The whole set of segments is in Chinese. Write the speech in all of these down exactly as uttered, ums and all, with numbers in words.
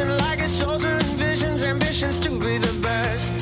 passion like a soldier envisions ambitions to be the best.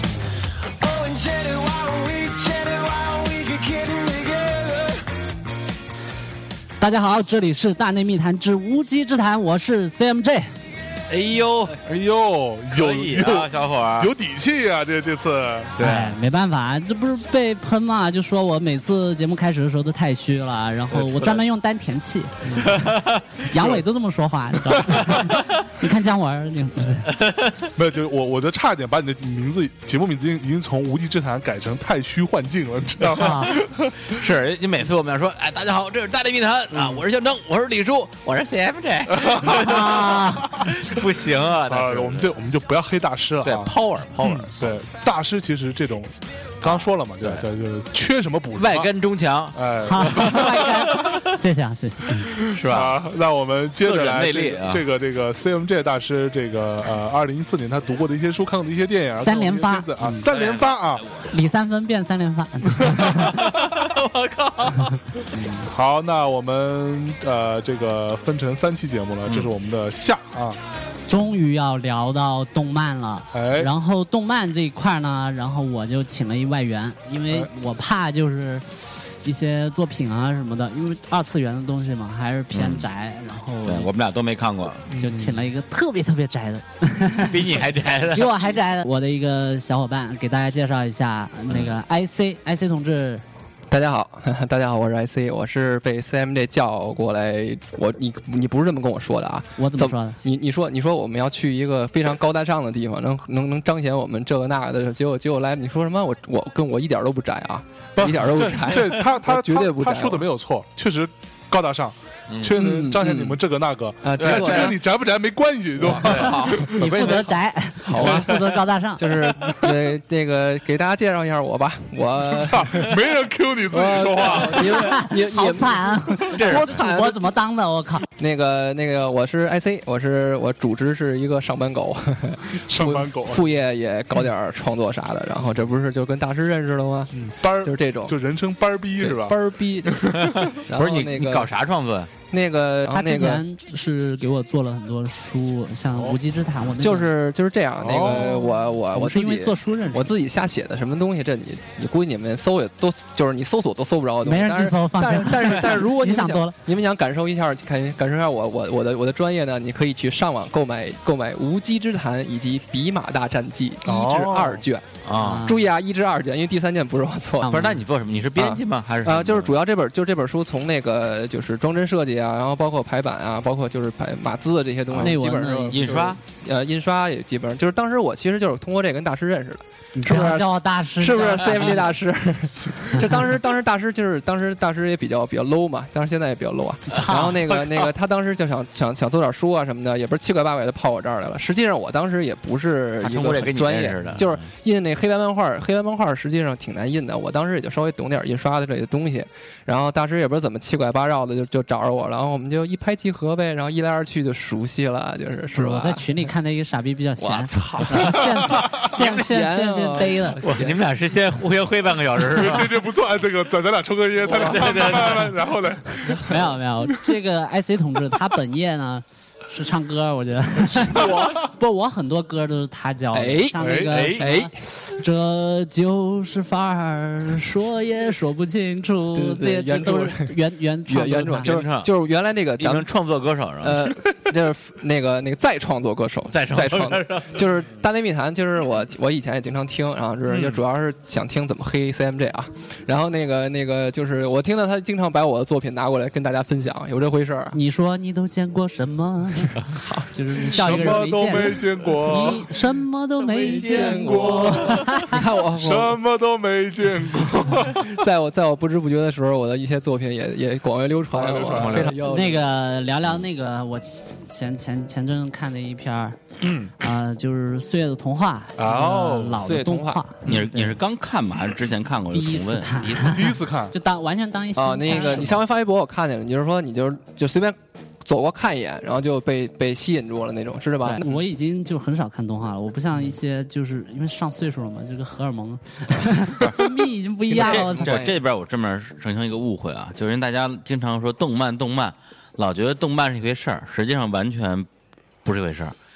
Oh, and chat it while we chat it while we get kidding together. 大家好，这里是大内密谈之无稽之谈，我是 C M J。 哎呦， 哎呦，有啊，小伙儿有底气啊！这这次， 对、哎，没办法，这不是被喷嘛？就说我每次节目开始的时候都太虚了，然后我专门用丹田气。杨伟都这么说话，你知道吗？你看姜文，你不对， 没有，就是我，我就差点把你的名字节目名字已经已经从无稽之谈改成太虚幻境了，你知道吗？ 啊、 是你每次我们要说，哎，大家好，这是大内密谈、嗯、啊，我是象征，我是李叔，我是 C M J。啊不行啊！ 啊，我们就我们就不要黑大师了、啊。 对 ，power power，、嗯、 对，大师其实这种，刚刚说了嘛，对，就就缺什么补什么， 外干中强， 哎， 外干，谢谢啊，谢谢， 是吧？ 啊、那我们接着来内力、啊、 这个这个 C M J 大师，这个呃，二零一四年他读过的一些书，看过的一些电影， 三连发啊、嗯，三连发啊， 李三分变三连发。 我靠！ 嗯，好，那我们呃这个分成三期节目了，这是我们的下啊。 终于要聊到动漫了， 哎， 然后动漫这一块呢，然后我就请了一外援，因为我怕就是一些作品啊什么的，因为二次元的东西嘛，还是偏宅，嗯、然后对我们俩都没看过， 就请了一个特别特别宅的， 比你还宅的， 比我还宅的，我的一个小伙伴，给大家介绍一下那个 I C I C 同志。 大家好，大家好，我是 I C， 我是被 C M J 叫过来，我你你不是这么跟我说的啊？ 我怎么说的？ 你你说你说我们要去一个非常高大上的地方，能能能彰显我们这个那个的，结果结果来你说什么？我我跟我一点都不宅啊，一点都不宅。 这他他绝对不宅， 他说的没有错，确实高大上。确实彰显你们这个那个啊， 这跟你宅不宅没关系，对吧？ 好， 你负责宅， 好吧， 负责高大上。 就是呃，这个给大家介绍一下我吧，我操，没人 Q 你自己说话， 你你好惨啊！ 这主播怎么当的？我靠！ 那个那个，我是 I C， 我是我主职是一个上班狗， 上班狗， 副业也搞点创作啥的。然后这不是就跟大师认识了吗？ 嗯，班儿就是这种， 就人称班儿逼是吧？ 班儿逼， 不是你你搞啥创作？ 那个他之前是给我做了很多书，像《无稽之谈》，我就是就是这样。那个我我我是因为做书认识， 我自己瞎写的什么东西，这你你估计你们搜也都就是你搜索都搜不着的东西， 没人去搜，放心。 但是但是如果你想多了， 你们想感受一下感感受一下我我我的我的专业呢，你可以去上网购买购买《无稽之谈》以及《比马大战记》一至二卷啊。 注意啊，一至二卷，因为第三卷不是我做的。 不是，那你做什么？你是编辑吗？还是啊？就是主要这本就这本书从那个就是装帧设计啊，然后包括排版啊，包括就是排码字的这些东西，基本上印刷， 呃，印刷也基本上就是当时我其实就是通过这跟大师认识的。 你不要叫我大师， 是不是 C M J 大师？就当时当时大师就是当时大师也比较比较 low 嘛，当时现在也比较 low 啊。然后那个那个他当时就想想想做点书啊什么的，也不是七拐八拐的跑我这儿来了。实际上我当时也不是一个很专业的， 就是印那黑白漫画，黑白漫画实际上挺难印的。我当时也就稍微懂点印刷的这些东西。然后大师也不知道怎么七拐八绕的就就找着我，然后我们就一拍即合呗，然后一来二去就熟悉了，就是是吧？ 我在群里看他一个傻逼比较闲， 我操， 然后现现现现现逮了。 你们俩是先互相黑半个小时是吧？ 这这不错，这个咱咱俩抽根烟，他俩对对对， 然后呢？ 没有没有，这个 I C 同志他本业呢是唱歌，我觉得我不我很多歌都是他教的， 哎、 像那个哎哎， 这就是范儿，说也说不清楚， 对对对， 这这都是原原原原创，就是就是原来那个咱们创作歌手， 呃，就是那个那个再创作歌手， 再创作歌手，就是大内密谈，就是我我以前也经常听，然后就是就主要是想听怎么黑 C M J 啊，然后那个那个就是我听到他经常把我的作品拿过来跟大家分享，有这回事儿。 你说你都见过什么？ 好， 就是你笑一个人没见过， 你什么都没见过。 你看我什么都没见过， 在我在我不知不觉的时候，我的一些作品也也广为流传，非常那个聊聊那个我前前前阵看的一篇儿，嗯啊、呃，就是《岁月的童话》 哦， 老的动画。 你是你是刚看吗？还是之前看过？ 第一次看， 第一次第一次看， 就当完全当一啊、哦，那个你上回发微博我看见了，你就是说你就就随便走过看一眼，然后就被被吸引住了那种，是吧？ 我已经就很少看动画了，我不像一些就是因为上岁数了嘛，这个荷尔蒙分泌已经不一样了。 这这边我这边澄清一个误会啊，就是大家经常说动漫动漫，老觉得动漫是一回事儿，实际上完全不是一回事儿。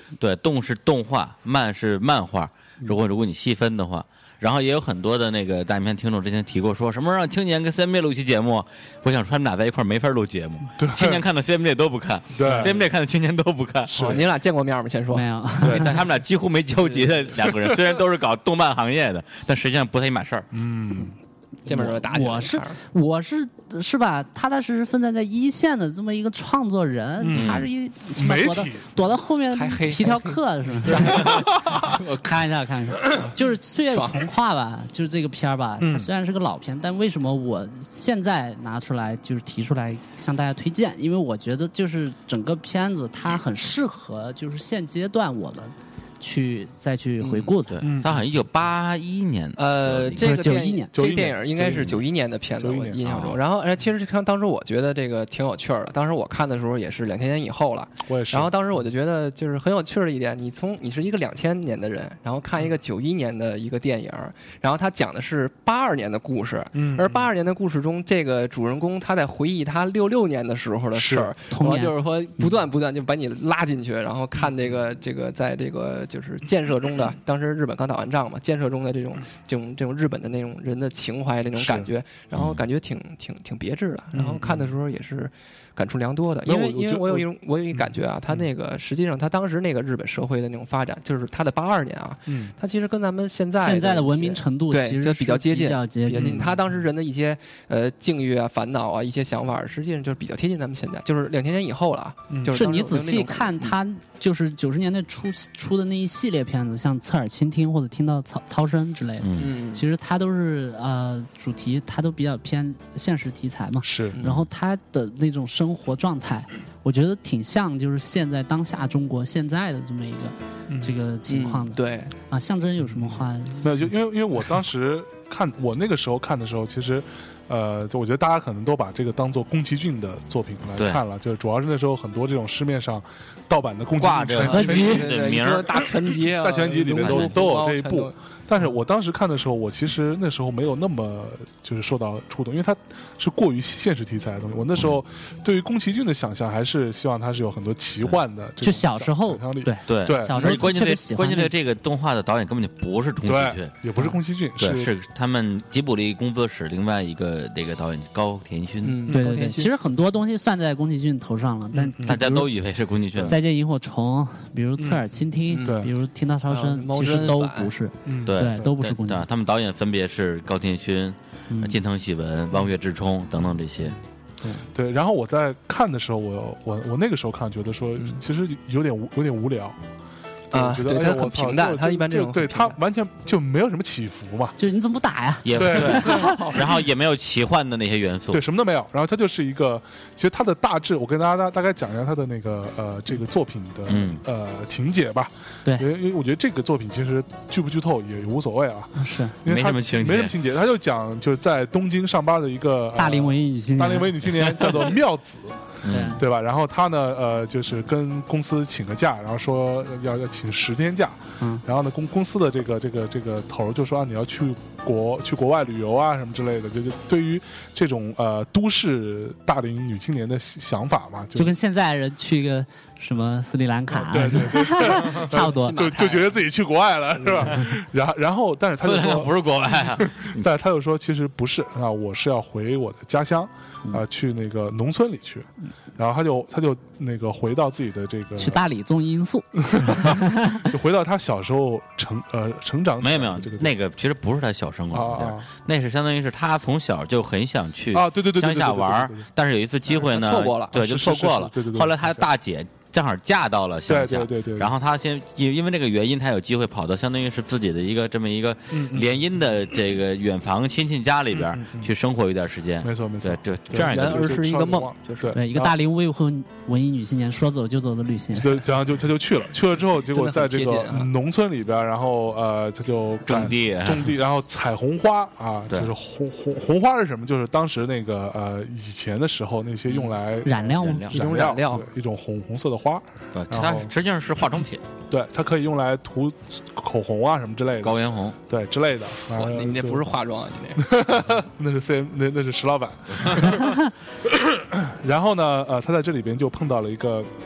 对，动是动画，漫是漫画。如果如果你细分的话，然后也有很多的那个大影片听众之前提过，说什么让青年跟 C M J 录一期节目。我想说他们俩在一块儿没法录节目，青年看到 C M J 都不看， 对 C M J 看到青年都不看。 哦，你俩见过面吗？先说没有， 对，但他们俩几乎没交集的两个人，虽然都是搞动漫行业的，但实际上不太一码事儿。 嗯， 见面时候打起来。 我是我是是吧？踏踏实实奋战在一线的这么一个创作人， 嗯他是一什么媒躲到体躲到后面还黑皮条客是不是？我开玩笑，开玩笑，就是《岁月的童话》吧，就是这个片儿吧。 嗯它虽然是个老片，但为什么我现在拿出来就是提出来向大家推荐？因为我觉得就是整个片子它很适合就是现阶段我们去再去回顾它。 对， 嗯他好像一九八一年， 呃，这个不是电 91年这个 91年电影应该是九一年的片子， 91 我年啊印象中。然后，呃，其实看当时我觉得这个挺有趣儿的。当时我看的时候也是两千年以后了， 我也是。 然后当时我就觉得就是很有趣儿的一点，你从你是一个两千年的人，然后看一个九一年的一个电影，然后他讲的是八二年的故事， 嗯而八二年的故事中，这个主人公他在回忆他六六年的时候的事儿， 童年然后就是说不断不断就把你拉进去，然后看这个这个在这个就是建设中的，当时日本刚打完仗嘛，建设中的这种这种这种日本的那种人的情怀那种感觉，然后感觉挺挺挺别致的，然后看的时候也是感触良多的，因为因为我有一种我有一感觉啊，他那个实际上他当时那个日本社会的那种发展，就是他的八二年啊， 嗯他其实跟咱们现在现在的一些文明程度对其实就比较接近， 比较接比较近。 他当时人的一些呃境遇啊、烦恼啊、一些想法，实际上就是比较贴近咱们现在，就是两千年以后了啊。 嗯就是当时是你仔细有那种看他就是九十年代初出的那一系列片子，像侧耳倾听或者听到涛涛声之类的， 嗯， 嗯， 其实它都是呃主题，它都比较偏现实题材嘛。 是嗯然后他的那种生活状态，我觉得挺像就是现在当下中国现在的这么一个、 嗯这个情况的。 嗯对， 啊，象征有什么话？ 没有，就因为因为我当时看我那个时候看的时候，其实。呃，就我觉得大家可能都把这个当做宫崎骏的作品来对看了，就是主要是那时候很多这种市面上盗版的宫崎挂着骏全合集对对对， 名儿你说大全集啊， 大全集里面都龙珠都有猫这一部全都但是我当时看的时候，我其实那时候没有那么就是受到触动，因为它是过于现实题材的东西。我那时候对于宫崎骏的想象，还是希望它是有很多奇幻的这种就小时候想象力， 对对对小时候而且关键这特别喜欢关键那这这个动画的导演根本就不是宫崎骏对，，也不是宫崎骏， 对， 是是他们吉卜力工作室另外一个这个导演高田勋， 嗯， 对对对， 高田勋其实很多东西算在宫崎骏头上了，但嗯大家都以为是宫崎骏， 再见萤火虫，比如侧耳倾听， 嗯对比如听到涛还有声， 猫其实都之恩反不是， 嗯对对，都不是对宫崎骏。 对他们导演分别是高田勋、 嗯近藤喜文、望月之冲等等这些。 对。然后我在看的时候，我我我那个时候看，觉得说其实有点无有点无聊。 啊我觉得对它很哎呀我操平淡就它一般这种就对很平淡它完全就没有什么起伏嘛。 就是你怎么不打呀？ 也对然后也没有奇幻的那些元素。 对，什么都没有。然后它就是一个，其实它的大致，我跟大家大大概讲一下它的那个呃这个作品的、 嗯呃情节吧。 对因为因为我觉得这个作品其实剧不剧透也无所谓啊， 是因为它没什么情节没什么情节。他就讲就是在东京上班的一个、呃大龄文艺女青年， 大龄文艺女青年叫做妙子。 对嗯， 对吧？然后他呢，呃，就是跟公司请个假，然后说要要请十天假， 嗯， 然后呢，公公司的这个这个这个头儿就说啊，你要去国去国外旅游啊什么之类的，就是对于这种呃都市大龄女青年的想法嘛，就就跟现在人去一个什么斯里兰卡， 对对对， 差不多。 就就觉得自己去国外了，是吧？然后然后，但是他就说， 不是国外啊， 但是他又说，其实不是啊，我是要回我的家乡啊，去那个农村里去。然后他就他就那个回到自己的这个， 去大理综艺因素， 就回到他小时候成呃成长起来没有没有的这个， 那个其实不是他小生活的地儿啊啊， 那是相当于是他从小就很想去啊，对对对对乡对对对下玩儿对对对， 但是有一次机会呢， 错过了对，就是是错过了是对对对。 后来他大姐正好嫁到了乡下， 对对对对然后他先因因为这个原因，他有机会跑到相当于是自己的一个这么一个嗯嗯联姻的这个远房亲戚家里边嗯嗯嗯去生活一段时间。 没错没错对，，对，这样一然个而是一个梦就就是对，一个大龄未婚文艺女青年说走就走的旅行。 对，然后就他就去了，去了之后，结果在这个真的很贴近啊农村里边，然后呃，他就种地种地，然后采红花啊， 对就是红红红花是什么？就是当时那个呃以前的时候那些用来染料吗？ 染料一种染染料对一种红红色的花， 对， 然后它实际上是化妆品， 对，它可以用来涂口红啊什么之类的， 高原红。 对之类的。然后哇，你那就不是化妆啊，你那那是 C M 那那是石老板。然后呢，呃，他在这里边就碰到了一个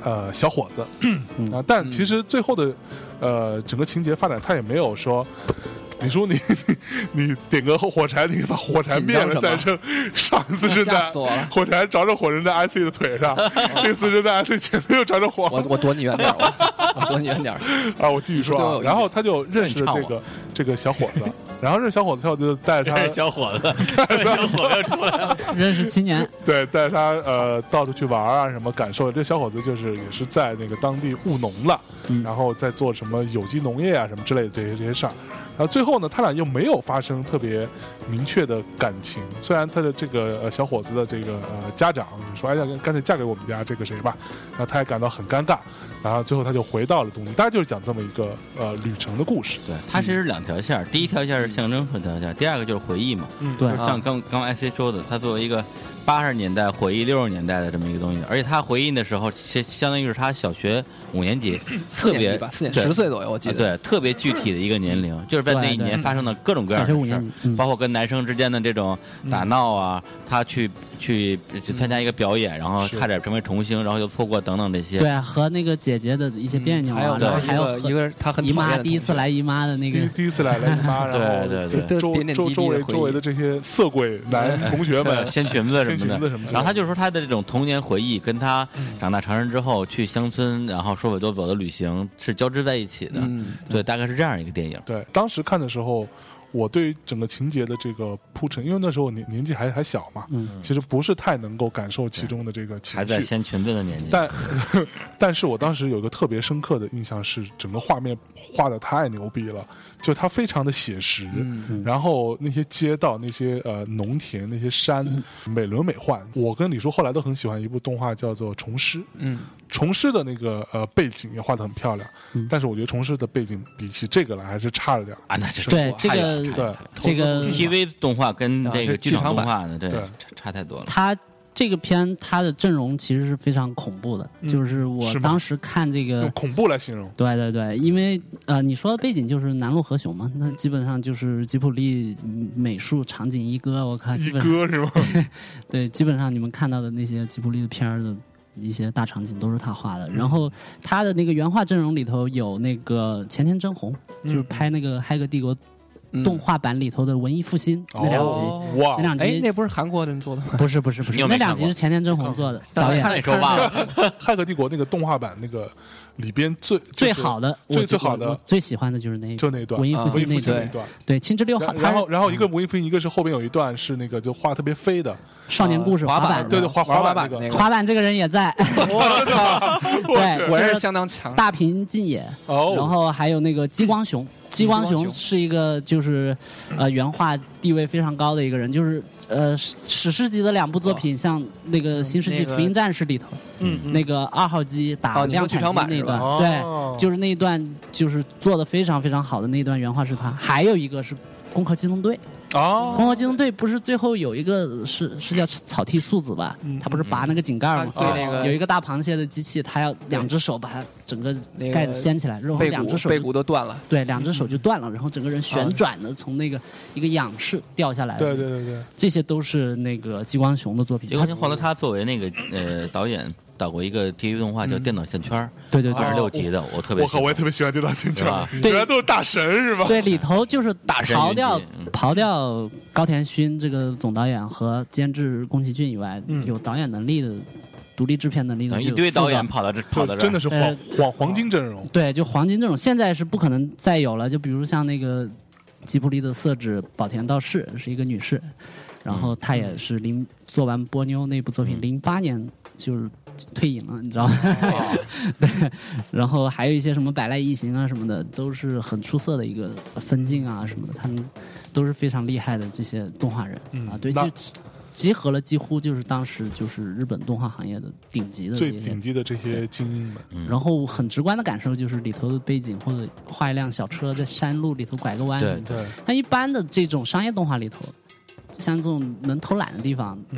呃小伙子嗯啊，但其实最后的呃整个情节发展，他也没有说。你说你你你点个火柴，你把火柴灭了再扔，上一次是在火柴着着火扔在 I C 的腿上，这次扔在 I C 前面又着着火。 我我躲你远点，我我躲你远点啊！我继续说啊，然后他就认识了这个这个小伙子，然后认识小伙子之后就带着他， 认识小伙子，小伙子出来了， 认识青年， 对，带他呃到处去玩啊，什么感受。这小伙子就是也是在那个当地务农了， 嗯、 然后在做什么有机农业啊什么之类的这些这些事儿。然后最后呢，他俩又没有发生特别明确的感情。虽然他的这个呃小伙子的这个呃家长说，哎呀，干脆嫁给我们家这个谁吧，然后他也感到很尴尬。然后最后他就回到了东京，大概就是讲这么一个呃旅程的故事。 对，它其实是两条线，第一条线是象征这条线，第二个就是回忆嘛。 嗯， 对， 像刚刚 I C 说的，他作为一个八十年代回忆六十年代的这么一个东西，而且他回忆的时候，相相当于是他小学五年级，特别吧，四年十岁左右，我记得， 对，特别具体的一个年龄，就是在那一年发生的各种各样的事儿， 嗯、 包括跟男生之间的这种打闹啊，嗯、他去去参加一个表演，然后差点成为童星，然后又错过等等这些。 对啊，和那个姐姐的一些别扭啊， 还有然后还有一个他很姨妈第一次来姨妈的那个， 第一次来来姨妈，然后对对对， 周周周围周围的这些色鬼男同学们掀裙子什么的， 什么的。 然后他就说他的这种童年回忆跟他长大成人之后去乡村，然后说走就走的旅行是交织在一起的。 嗯， 对，大概是这样一个电影。 对，当时看的时候。我对于整个情节的这个铺陈，因为那时候年年纪还还小嘛， 嗯， 其实不是太能够感受其中的这个情绪， 还在掀裙子的年纪。 但但是我当时有一个特别深刻的印象是，整个画面画的太牛逼了，就它非常的写实， 嗯、 然后那些街道、那些呃农田、那些山，美轮美奂。我跟李叔后来都很喜欢一部动画叫做《虫师》， 嗯。 虫师的那个呃背景也画得很漂亮， 嗯、 但是我觉得虫师的背景比起这个来还是差了点啊。那是对这个对这个 T V 动画跟这个剧场动画呢，对对差差太多了。 它这个片它的阵容其实是非常恐怖的， 嗯、 就是我当时看这个用恐怖来形容。 对对对，因为呃你说的背景就是南陆和雄嘛，那基本上就是吉卜力美术场景一哥，我看一哥是吗？ 对，基本上你们看到的那些吉卜力的片儿的。一些大场景都是他画的，然后他的那个原画阵容里头有那个前田真弘， 嗯、 就是拍那个《骇客帝国》动画版里头的文艺复兴、嗯、那两集， 哦、哇， 那两集哎，那不是韩国人做的吗？ 不是不是不是，那两集是前田真弘做的， 导演那时候忘了。 骇客帝国那个动画版那个里边最最好的最最好的最喜欢的就是那就那一段文艺复兴那段，对对，青之六号。 然后然后一个文艺复兴，一个是后边有一段是那个就画特别飞的少年故事滑板， 对对滑滑板那个滑板这个人也在，对， 果然是相当强。 大平进也， 哦， 然后还有那个激光熊。激光熊是一个就是呃原画地位非常高的一个人，就是呃史诗级的两部作品，像那个《新世纪福音战士》里头， 嗯， 那个二号机打量产机那段， 哦、 对，就是那一段就是做的非常非常好的那一段原画是他。还有一个是《攻壳机动队》。 哦， 攻壳机动队不是最后有一个是是叫草剃素子吧？ 嗯、 他不是拔那个井盖吗？ 对，那个有一个大螃蟹的机器，他要两只手把它整个盖子掀起来，然后两只手背骨都断了。 对，两只手就断了，然后整个人旋转的从那个一个仰视掉下来。 对对对对， 这些都是那个激光熊的作品。 激光熊后来他作为那个呃导演。导过一个 T V 动画叫《电脑线圈》， 对对对， 二十六集的，我特别， 我靠，我也特别喜欢《电脑线圈》， 对， 原来都是大神是吧？ 对，里头就是大神刨掉刨掉高田勋这个总导演和监制宫崎骏以外， 嗯、 有导演能力的。独立制片能力的一堆导演跑到这，跑到这， 真的是黄黄黄金阵容。 对，就黄金阵容，现在是不可能再有了。就比如像那个吉卜力的色指保田道士是一个女士，然后她也是零做完波妞那部作品，零八年就是退隐了，你知道吗？对，然后还有一些什么百濑异形啊什么的，都是很出色的一个分镜啊什么的，他们都是非常厉害的这些动画人、 嗯、 啊。对，就集合了几乎就是当时就是日本动画行业的顶级的最顶级的这些精英们。 然后很直观的感受就是里头的背景或者画一辆小车在山路里头拐个弯。 对对。 那一般的这种商业动画里头，像这种能偷懒的地方， 嗯，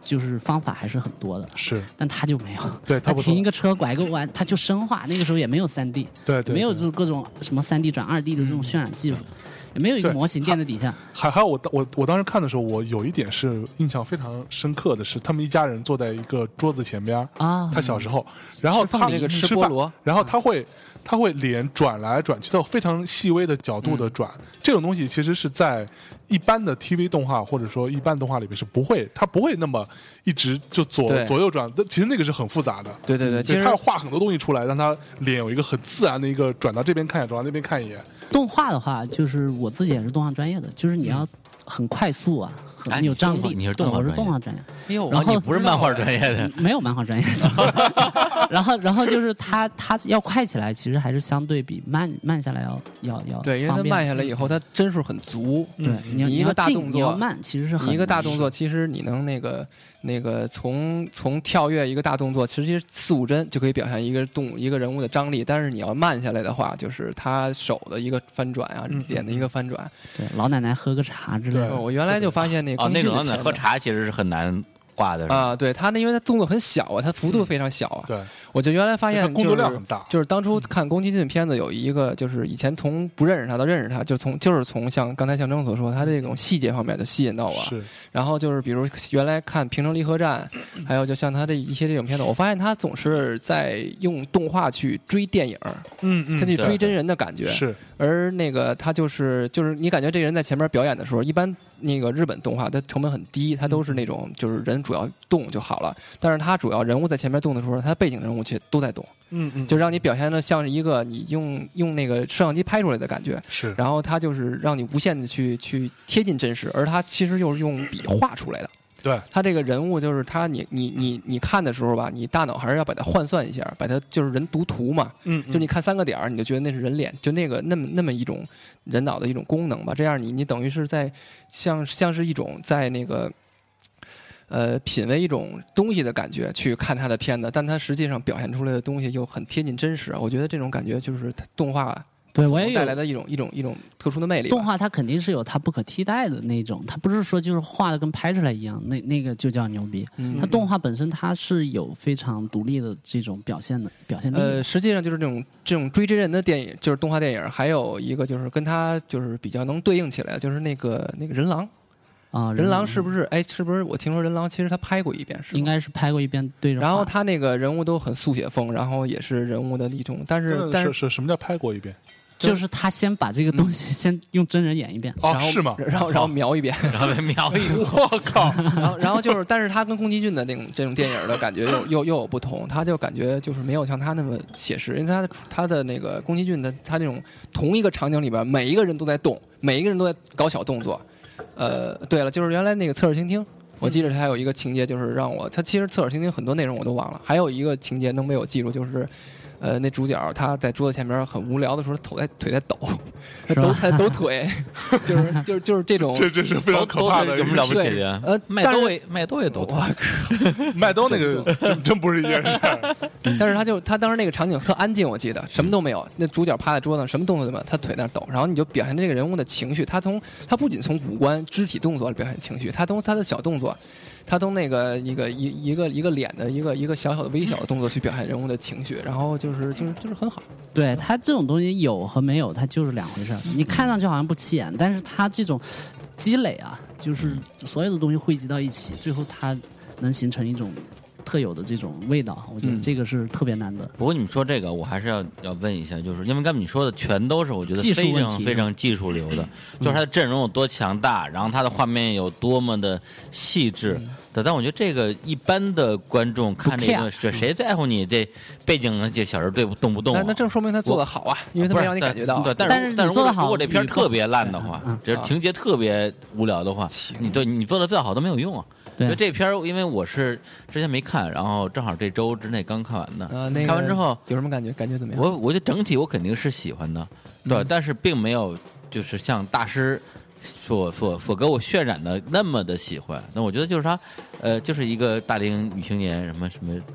就是方法还是很多的， 是， 但他就没有。 对他不停一个车拐个弯，他就深化。那个时候也没有三 D， 对对， 没有就是各种什么三 D 转二 D 的这种渲染技术，也没有一个模型垫在底下。 还还有我我我当时看的时候，我有一点是印象非常深刻的是，他们一家人坐在一个桌子前边啊， 他小时候，然后他那个吃吃菠萝， 然后他会。他会脸转来转去到非常细微的角度的转，嗯、这种东西其实是在一般的 T V 动画或者说一般动画里面是不会，它不会那么一直就左左右转，其实那个是很复杂的。 对对对，其实他要画很多东西出来，让他脸有一个很自然的一个转到这边看一眼，转到那边看一眼。 动画的话，就是我自己也是动画专业的，就是你要很快速啊，很有张力。 你是动画， 我是动画专业。 哎呦， 然后你不是漫画专业的， 没有漫画专业的。然后，然后就是它它要快起来，其实还是相对比慢慢下来要要要对，因为它慢下来以后，它帧数很足。 对，你一个大动作你要慢，其实是很一个大动作，其实你能那个。那个从从跳跃一个大动作，其实四五帧就可以表现一个动一个人物的张力，但是你要慢下来的话，就是他手的一个翻转啊， 嗯、 脸的一个翻转。 对，老奶奶喝个茶之类的。 我原来就发现那个哦，那种老奶奶喝茶其实是很难画的啊，对他那因为他动作很小啊，他幅度非常小啊。 对， 我就原来发现、就是、 工作量很大。 就是当初看宫崎骏片子有一个，就是以前从不认识他到认识他，就从就是从像刚才象征所说，他这种细节方面就吸引到我。 是。 然后就是比如原来看《平成离合战》，还有就像他这一些这种片子，我发现他总是在用动画去追电影， 嗯嗯， 他去追真人的感觉。 是。 而那个他就是就是你感觉这个人在前面表演的时候，一般那个日本动画它成本很低，它都是那种就是人主要动就好了，但是他主要人物在前面动的时候，他背景人物却都在动。 嗯嗯， 就让你表现的像是一个你用用那个摄像机拍出来的感觉， 是。 然后它就是让你无限的去去贴近真实，而它其实又是用笔画出来的。 对， 他这个人物就是他，你你你你看的时候吧，你大脑还是要把它换算一下，把它就是人读图嘛， 嗯， 就你看三个点儿，你就觉得那是人脸，就那个那么那么一种人脑的一种功能吧。这样你你等于是在像像是一种在那个。呃，品味一种东西的感觉去看他的片子，但他实际上表现出来的东西又很贴近真实。我觉得这种感觉就是动画对我也带来的一种一种一种特殊的魅力。 动画它肯定是有它不可替代的那种，它不是说就是画的跟拍出来一样，那那个就叫牛逼。 嗯、 它动画本身它是有非常独立的这种表现的表现力。 呃，实际上就是这种这种追真人的电影，就是动画电影，还有一个就是跟它就是比较能对应起来，就是那个那个人狼。 啊， 人狼是不是？哎，是不是？我听说人狼其实他拍过一遍，是应该是拍过一遍对着。 然后他那个人物都很速写风，然后也是人物的一种，但是但是是什么叫拍过一遍？ 就是他先把这个东西先用真人演一遍， 哦，是吗？ 然后然后描一遍， 然后再描一遍。 我靠！ 然后然后就是，但是他跟宫崎骏的这种这种电影的感觉又又又有不同，他就感觉就是没有像他那么写实，因为他的他的那个宫崎骏的他这种同一个场景里边，每一个人都在动，每一个人都在搞小动作。呃，对了，就是原来那个侧耳倾听，我记得他有一个情节，就是让我他其实侧耳倾听很多内容我都忘了，还有一个情节能被我记住，就是呃那主角他在桌子前面很无聊的时候，腿在腿在抖，抖在抖腿，就是就是就是这种， 这这是非常可怕的， 有什么了不起的？ 呃， 麦兜也麦兜也抖腿， 麦兜那个真真不是一件事。 但是他就他当时那个场景特安静，我记得什么都没有，那主角趴在桌子上，什么动作都没有，他腿在那抖，然后你就表现这个人物的情绪，他从他不仅从五官、肢体动作表现情绪，他从他的小动作。他从那个一个一一个一个脸的一个一个小小的微小的动作去表现人物的情绪，然后就是就是就是很好。 对他这种东西有和没有，它就是两回事。你看上去好像不起眼，但是他这种积累啊，就是所有的东西汇集到一起，最后它能形成一种特有的这种味道。我觉得这个是特别难的。 不过你们说这个，我还是要要问一下，就是因为刚才你说的全都是我觉得非常非常技术流的，就是它的阵容有多强大，然后它的画面有多么的细致。但我觉得这个一般的观众看这个，这谁在乎你这背景这小人对不动不动、啊？ 那那正说明他做的好啊，因为他没让你感觉到、啊。 对，但是但是做得好， 如果这片特别烂的话， 嗯、 这情节特别无聊的话，你对你做的再好都没有用啊。所以这片因为我是之前没看，然后正好这周之内刚看完的。 啊，那个、 看完之后有什么感觉？感觉怎么样？ 我我觉得整体我肯定是喜欢的，对，嗯、但是并没有就是像大师。所所所给我渲染的那么的喜欢，那我觉得就是他，呃，就是一个大龄女青年，什么什么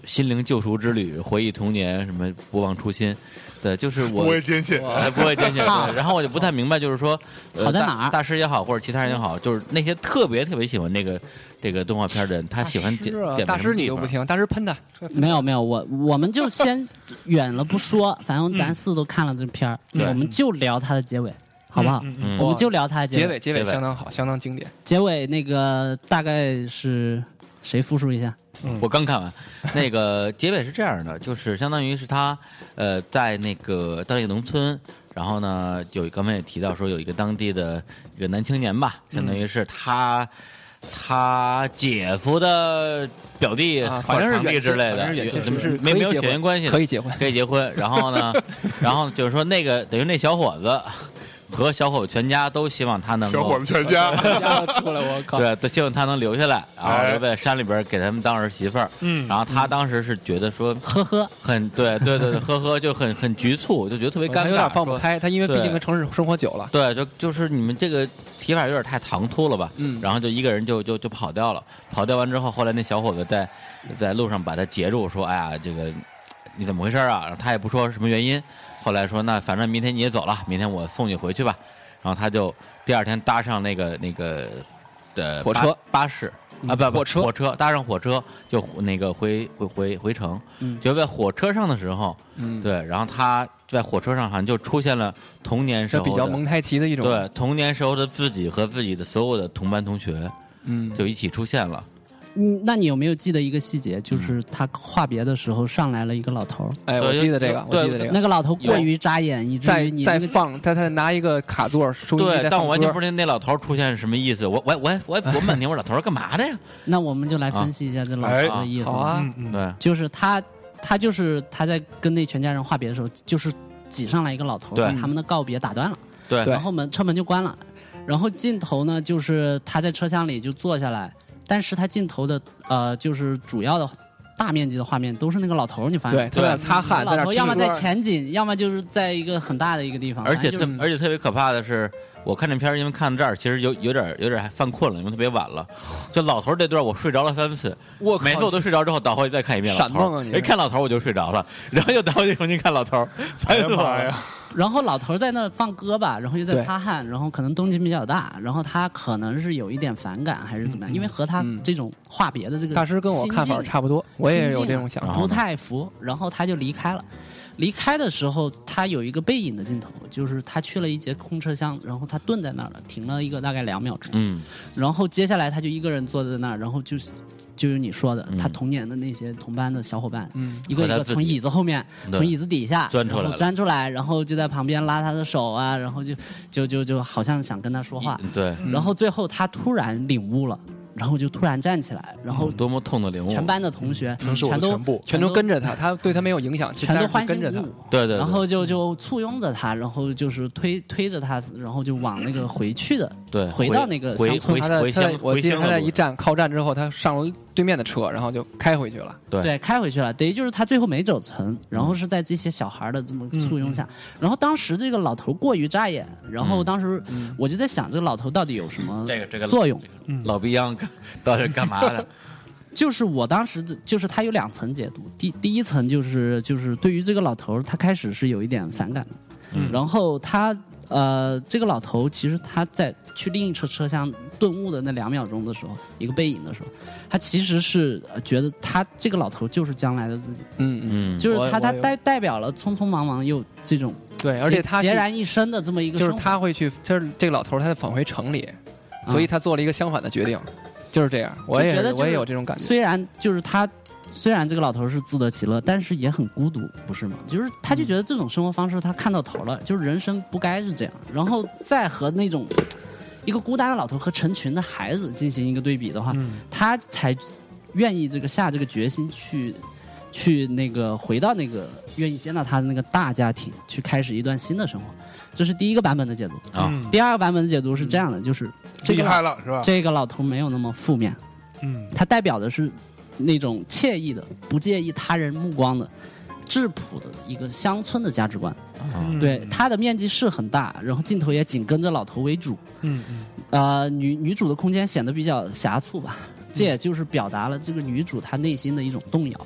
心灵救赎之旅，回忆童年，什么不忘初心，对，就是我不会艰险， 哎不会艰险。对，然后我就不太明白，就是说，呃、 好在哪儿？ 大师也好，或者其他人也好，就是那些特别特别喜欢这个这个动画片的人，他喜欢点点大师你又不听，大师喷他。 没有没有，我我们就先远了不说，反正咱四都看了这片儿， 对我们就聊它的结尾。好不好？ 嗯嗯我们就聊它的尾。 结尾，结尾结尾相当好，相当经典。 结尾那个大概是谁复述一下？ 我刚看完，那个结尾是这样的，就是相当于是他，呃，在那个到那个农村，然后呢，有刚才也提到说有一个当地的一个男青年吧，相当于是他、他姐夫的表弟、 啊或者堂弟反正是远之类的， 反正是远亲有是没没有可以结婚血缘关系的， 可以结婚可以结婚。然后呢，然后就是说那个等于那小伙子和小伙子全家都希望他能够小伙子全家， 家出来，我靠！ 对，都希望他能留下来，然后留在山里边给他们当儿媳妇儿。 嗯然后他当时是觉得说， 呵呵， 很对对对对，呵呵，就很很局促，就觉得特别尴尬， 他有点放不说。 开，他因为毕竟对跟城市生活久了。 对，就就是你们这个提法有点太唐突了吧？ 嗯然后就一个人就就就跑掉了。跑掉完之后，后来那小伙子在在路上把他截住，说：“哎呀，这个你怎么回事啊？”然后他也不说什么原因。后来说：“那反正明天你也走了，明天我送你回去吧。”然后他就第二天搭上那个那个的巴火车巴士啊，不不火车火车搭上火车就那个回回回回城。 嗯就在火车上的时候， 嗯， 对，然后他在火车上好像就出现了童年时候的这比较蒙太奇的一种。 对，童年时候的自己和自己的所有的同班同学嗯， 就一起出现了。 嗯，那你有没有记得一个细节？就是他话别的时候上来了一个老头儿， 哎，我对记得这个，我对记得这个。 那个老头过于扎眼，以至再于你那个再放，他他拿一个卡座收音机对，但我在放歌完全不知道那老头出现是什么意思。我我我我我问半天，我说老头干嘛的呀？ 那我们就来分析一下这老头的意思。 好啊嗯嗯， 对就是他，他就是他在跟那全家人话别的时候，就是挤上来一个老头， 对把他们的告别打断了， 对对然后门车门就关了，然后镜头呢，就是他在车厢里就坐下来，但是他镜头的呃，就是主要的大面积的画面都是那个老头，你发现对，他在那擦汗，在那老头要么在吃歌前景，要么就是在一个很大的一个地方， 而且特反正就是而且特别可怕的是，我看这片儿因为看到这儿，其实有有点有点还犯困了，因为特别晚了。就老头这段我睡着了三次， 我靠每次我都睡着之后倒回去再看一遍老头。 闪梦啊你一看老头我就睡着了，然后又倒回去重新看老头，烦哎呀死我了。 妈呀！ 然后老头在那放歌吧，然后又在对擦汗，然后可能动静比较大，然后他可能是有一点反感还是怎么样，因为和他嗯这种话别的这个大师跟我看法差不多，我也有这种想法。 然后呢不太服，然后他就离开了。离开的时候，他有一个背影的镜头，就是他去了一节空车厢，然后他顿在那儿了，停了一个大概两秒钟， 嗯， 然后接下来他就一个人坐在那儿，然后就是就是你说的， 嗯他童年的那些同班的小伙伴， 嗯， 一个一和他自己个从椅子后面， 对从椅子底下然后钻出来了钻出来，然后就在旁边拉他的手啊，然后就就就就好像想跟他说话， 对， 然后最后他突然领悟了，然后就突然站起来，然后多么痛的领悟。 全班的同学曾是我的全都全部全都跟着他，他对他没有影响，其实但是全都欢欣跟着他鼓。舞。 对对对， 然后就就簇拥着他，然后就是推推着他，然后就往那个回去的， 对回到那个回乡村回他在他在回乡我记得他在回乡的路一站靠站之后，他上了对面的车，然后就开回去了。 对对，开回去了。等于就是他最后没走成，然后是在这些小孩的这么簇拥下，然后当时这个老头过于扎眼，然后当时我就在想，这个老头到底有什么这个这个作用？ 这个老逼样到底是干嘛的？ 就是我当时的就是他有两层解读，第第一层就是就是对于这个老头，他开始是有一点反感的， 嗯然后他呃这个老头其实他在去另一车车厢顿悟的那两秒钟的时候，一个背影的时候，他其实是呃觉得他这个老头就是将来的自己， 嗯嗯， 嗯， 就是他我我有他代代表了匆匆忙忙又这种对，而且孑他去孑然一身的这么一个就是生活他会去，就是这个老头儿他在返回城里， 啊所以他做了一个相反的决定，就是这样。我也觉得就是我也有这种感觉。 虽然就是他，虽然这个老头是自得其乐，但是也很孤独，不是吗？就是他就觉得这种生活方式他看到头了，就是人生不该是这样，然后再和那种一个孤单的老头和成群的孩子进行一个对比的话， 嗯他才愿意这个下这个决心去去那个回到那个愿意接纳他的那个大家庭，去开始一段新的生活。这是第一个版本的解读。 啊嗯第二个版本的解读是这样的，就是这厉个害了是吧？ 这个老头没有那么负面。 嗯它代表的是那种惬意的、不介意他人目光的、质朴的一个乡村的价值观。 嗯对，它的面积是很大，然后镜头也紧跟着老头为主。 嗯嗯呃，女女主的空间显得比较狭促吧，这也就是表达了这个女主她内心的一种动摇。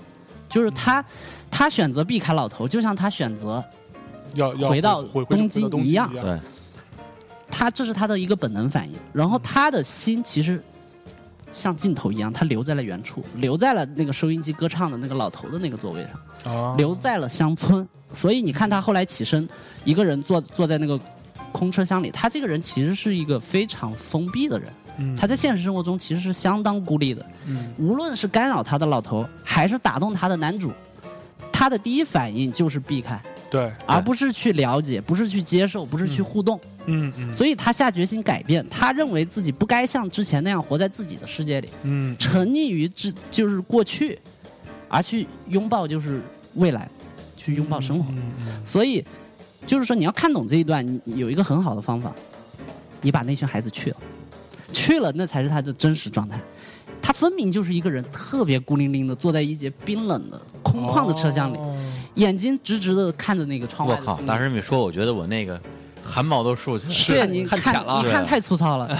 就是他他选择避开老头，就像他选择要要回到回东京京一样对， 他这是他的一个本能反应，然后他的心其实像镜头一样，他留在了原处，留在了那个收音机歌唱的那个老头的那个座位上， 啊， 留在了乡村。所以你看他后来起身，一个人坐坐在那个空车厢里，他这个人其实是一个非常封闭的人。 嗯他在现实生活中其实是相当孤立的， 嗯无论是干扰他的老头，还是打动他的男主，他的第一反应就是避开， 对， 而不是去了解，不是去接受，不是去互动。 嗯嗯所以他下决心改变，他认为自己不该像之前那样活在自己的世界里， 嗯沉溺于之就是过去，而去拥抱就是未来，去拥抱生活。 嗯嗯所以就是说，你要看懂这一段，你有一个很好的方法，你把那群孩子去了，去了，那才是他的真实状态。他分明就是一个人，特别孤零零的坐在一节冰冷的、空旷的车厢里， 哦眼睛直直的看着那个窗外的风景。 我靠！大师你说，我觉得我那个汗毛都竖起来了。 对，你看看浅了你看太粗糙了。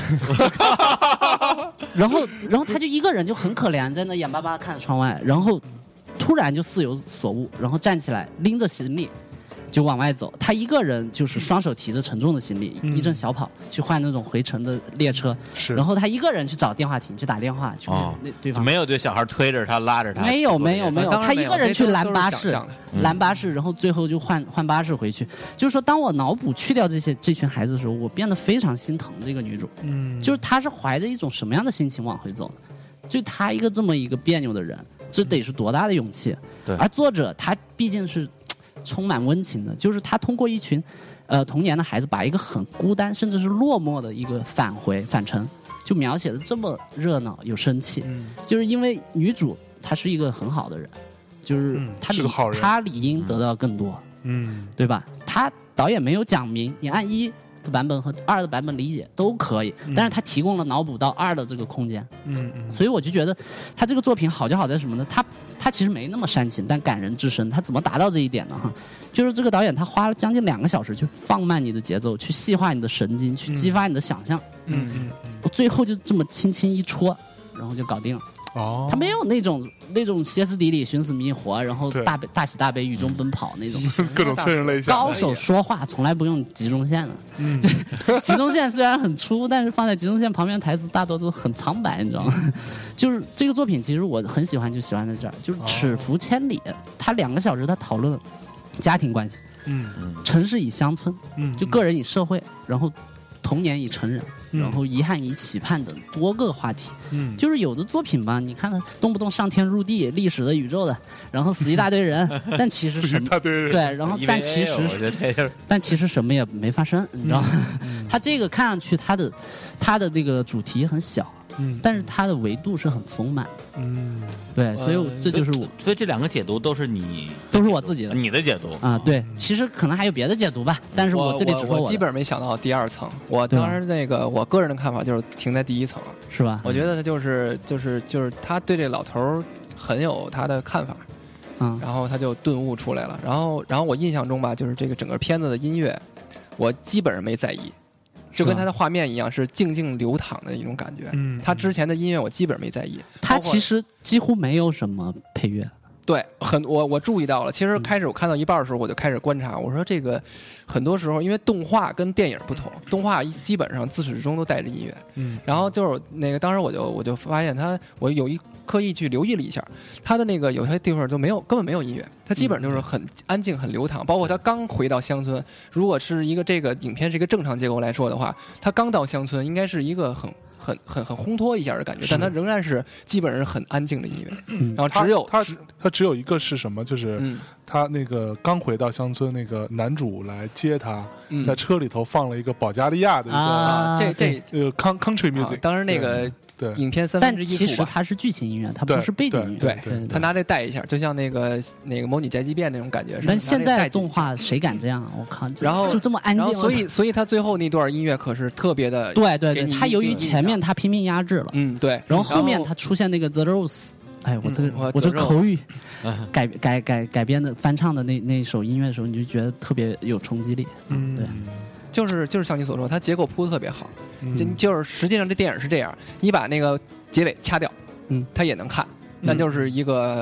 然后，然后他就一个人就很可怜，在那眼巴巴看着窗外，然后突然就似有所悟，然后站起来拎着行李就往外走。他一个人就是双手提着沉重的行李， 嗯一阵小跑去换那种回程的列车， 是， 然后他一个人去找电话亭去打电话去哦那对方。 没有对小孩推着他拉着他， 没有没有没有， 当然没有他一个人去拦巴士这都是想象的， 嗯拦巴士，然后最后就换换巴士回去。就是说，当我脑补去掉这些这群孩子的时候，我变得非常心疼这个女主， 嗯就是她是怀着一种什么样的心情往回走的？就她一个这么一个别扭的人，这得是多大的勇气？ 对而作者他毕竟是充满温情的，就是他通过一群呃童年的孩子，把一个很孤单甚至是落寞的一个返回返程，就描写的这么热闹有生气。 嗯就是因为女主她是一个很好的人，就是嗯她理、 是个好人她理应得到更多， 嗯对吧？她导演没有讲明，你按一的版本和二的版本理解都可以，但是他提供了脑补到二的这个空间， 嗯嗯所以我就觉得他这个作品好就好在什么呢？他他其实没那么煽情，但感人至深。他怎么达到这一点呢？哈，就是这个导演他花了将近两个小时去放慢你的节奏，去细化你的神经，去激发你的想象， 嗯嗯嗯我最后就这么轻轻一戳，然后就搞定了。 哦， 他没有那种那种歇斯底里、寻死觅活，然后对大悲大喜大悲、雨中奔跑那种。 各种催人泪下， 高手说话从来不用集中线的， 嗯集中线虽然很粗，但是放在集中线旁边台词大多都很苍白，你知道吗？就是这个作品，其实我很喜欢，就喜欢在这儿，就是尺幅千里。他两个小时，他讨论家庭关系， 嗯城市以乡村， 嗯， 就个人以社会，然后童年以成人， 嗯然后遗憾以期盼等多个话题。 嗯就是有的作品吧，你看他动不动上天入地、历史的、宇宙的，然后死一大堆人，但其实死什么一大堆人， 对，然后因为但其实我觉得这就是但其实什么也没发生，你知道吗？ 嗯它这个看上去它的它的那个主题很小， 嗯但是它的维度是很丰满的。 嗯对，所以我这就是我所以这两个解读都是你都是我自己的你的解读啊。对，其实可能还有别的解读吧，但是我这里只说的我基本没想到第二层。我对吧当时那个我个人的看法就是停在第一层了。 是吧？ 我觉得他就是就是就是他对这老头儿很有他的看法， 嗯然后他就顿悟出来了。然后然后我印象中吧，就是这个整个片子的音乐，我基本上没在意。就跟他的画面一样，是静静流淌的一种感觉。 嗯他之前的音乐我基本没在意，包括它其实几乎没有什么配乐。 对很我我注意到了。其实开始我看到一半的时候，我就开始观察，我说这个很多时候因为动画跟电影不同，动画基本上自始至终都带着音乐。 嗯然后就是那个当时我就我就发现他，我有一刻意去留意了一下，他的那个有些地方就没有根本没有音乐，他基本上就是很安静很流淌。包括他刚回到乡村，如果是一个这个影片是一个正常结构来说的话，他刚到乡村应该是一个很很很很烘托一下的感觉，但他仍然是基本上是很安静的音乐。 嗯然后只有他他他只有一个是什么？就是嗯他那个刚回到乡村，那个男主来接他， 嗯在车里头放了一个保加利亚的一个啊这对这呃 country country 啊 music， 当时那个对影片三但分之其一处吧。 实它是剧情音乐，它对不是背景音乐。 对对对他拿这带一下，就像那个那个模拟宅急便那种感觉。 但现在的的动画谁敢这样啊？我靠！这然后就这么安静， 然后所以所以他最后那段音乐可是特别的， 对对对， 给你他由于一个前面印象他拼命压制了， 嗯对， 然后后面他出现那个 The Rose，哎，我这个、 嗯我我这 The Rose 口语改改改改编的翻唱的那那首音乐的时候，你就觉得特别有冲击力。 嗯对就是就是像你所说，它结构铺的特别好， 嗯就就是实际上这电影是这样，你把那个结尾掐掉， 嗯， 它也能看，但就是一个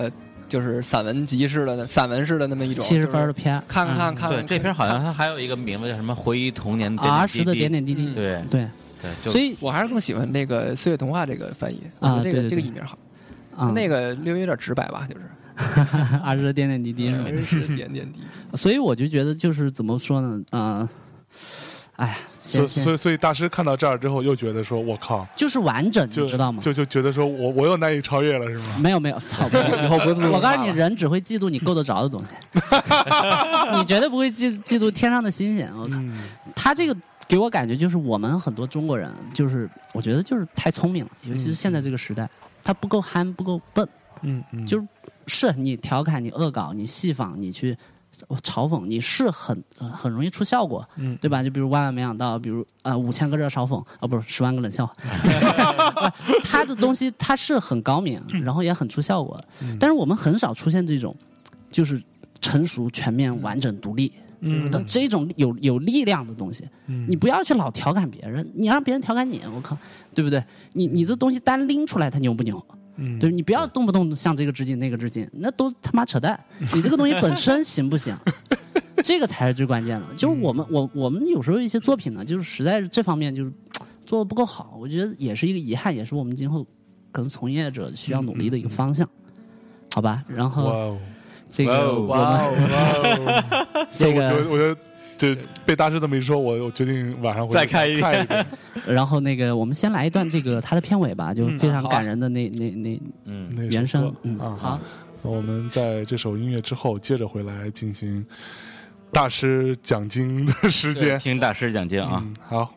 就是散文集式的、散文式的那么一种七十分的片， 看看看看。 对，这片好像它还有一个名字叫什么“回忆童年点儿时的点点滴滴”。 对对对， 所以我还是更喜欢那个《岁月童话》这个翻译啊， 这个这个译名好。 啊， 那个略微有点直白吧，就是儿时的点点滴滴是吧？ 儿时的点点滴滴。 所以我就觉得就是怎么说呢？呃，哎呀， 所以所以所以大师看到这儿之后，又觉得说：“我靠， 就是完整， 就你知道吗？ 就就觉得说我我又难以超越了，是吗？” 没有没有，操！ 以后不是我告诉你，人只会嫉妒你够得着的东西，你绝对不会嫉嫉妒天上的星星。我靠， 嗯他这个给我感觉就是我们很多中国人，就是我觉得就是太聪明了，尤其是现在这个时代，他不够憨，不够笨。 嗯嗯， 就是是你调侃、你恶搞、你戏仿、你去嘲讽，你是很、呃、很容易出效果， 嗯， 对吧？就比如万万没想到，比如呃五千个热嘲讽，啊、哦、不是十万个冷笑话，他的东西他是很高明，然后也很出效果， 嗯、 但是我们很少出现这种就是成熟、全面、完整、独立。 嗯的这种有有力量的东西， 嗯、 你不要去老调侃别人，你让别人调侃你，我靠，对不对？你你这东西单拎出来，它牛不牛？ 嗯， 对，你不要动不动向这个致敬那个致敬，那都他妈扯淡。你这个东西本身行不行？这个才是最关键的。就是我们我我们有时候一些作品呢，就是实在是这方面就是做的不够好，我觉得也是一个遗憾，也是我们今后可能从业者需要努力的一个方向，好吧？然后这个哇哦， 这个我觉得。就被大师这么一说，我我决定晚上回再看一遍。 然后那个，我们先来一段这个他的片尾吧，就非常感人的那、嗯、那那嗯那原声。嗯， 啊， 好。 我们在这首音乐之后，接着回来进行大师讲经的时间， 听大师讲经啊。 嗯、好。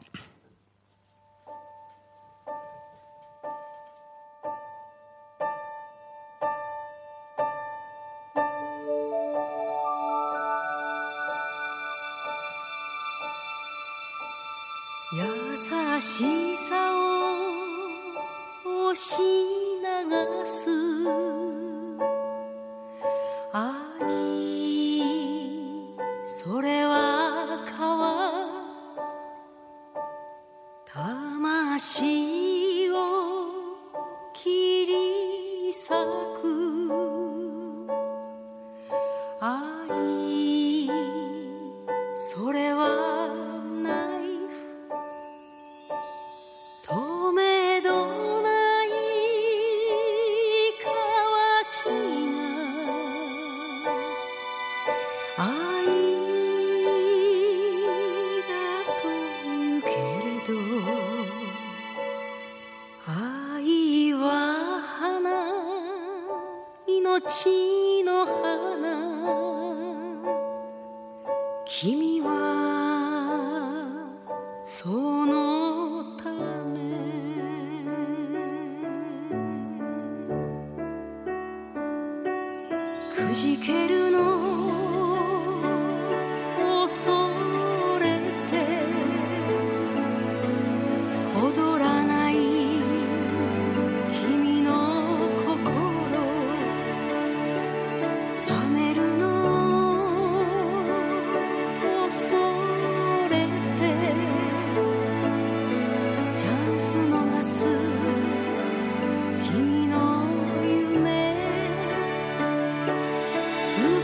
優しさを押し流す愛、それは川魂を切り裂く愛、それは止めどない渇きが愛だというけれど、愛は花、命の花、君はその種、くじけるの恐れて踊らない君の心、冷めるの恐れてチャンス逃す君の夢、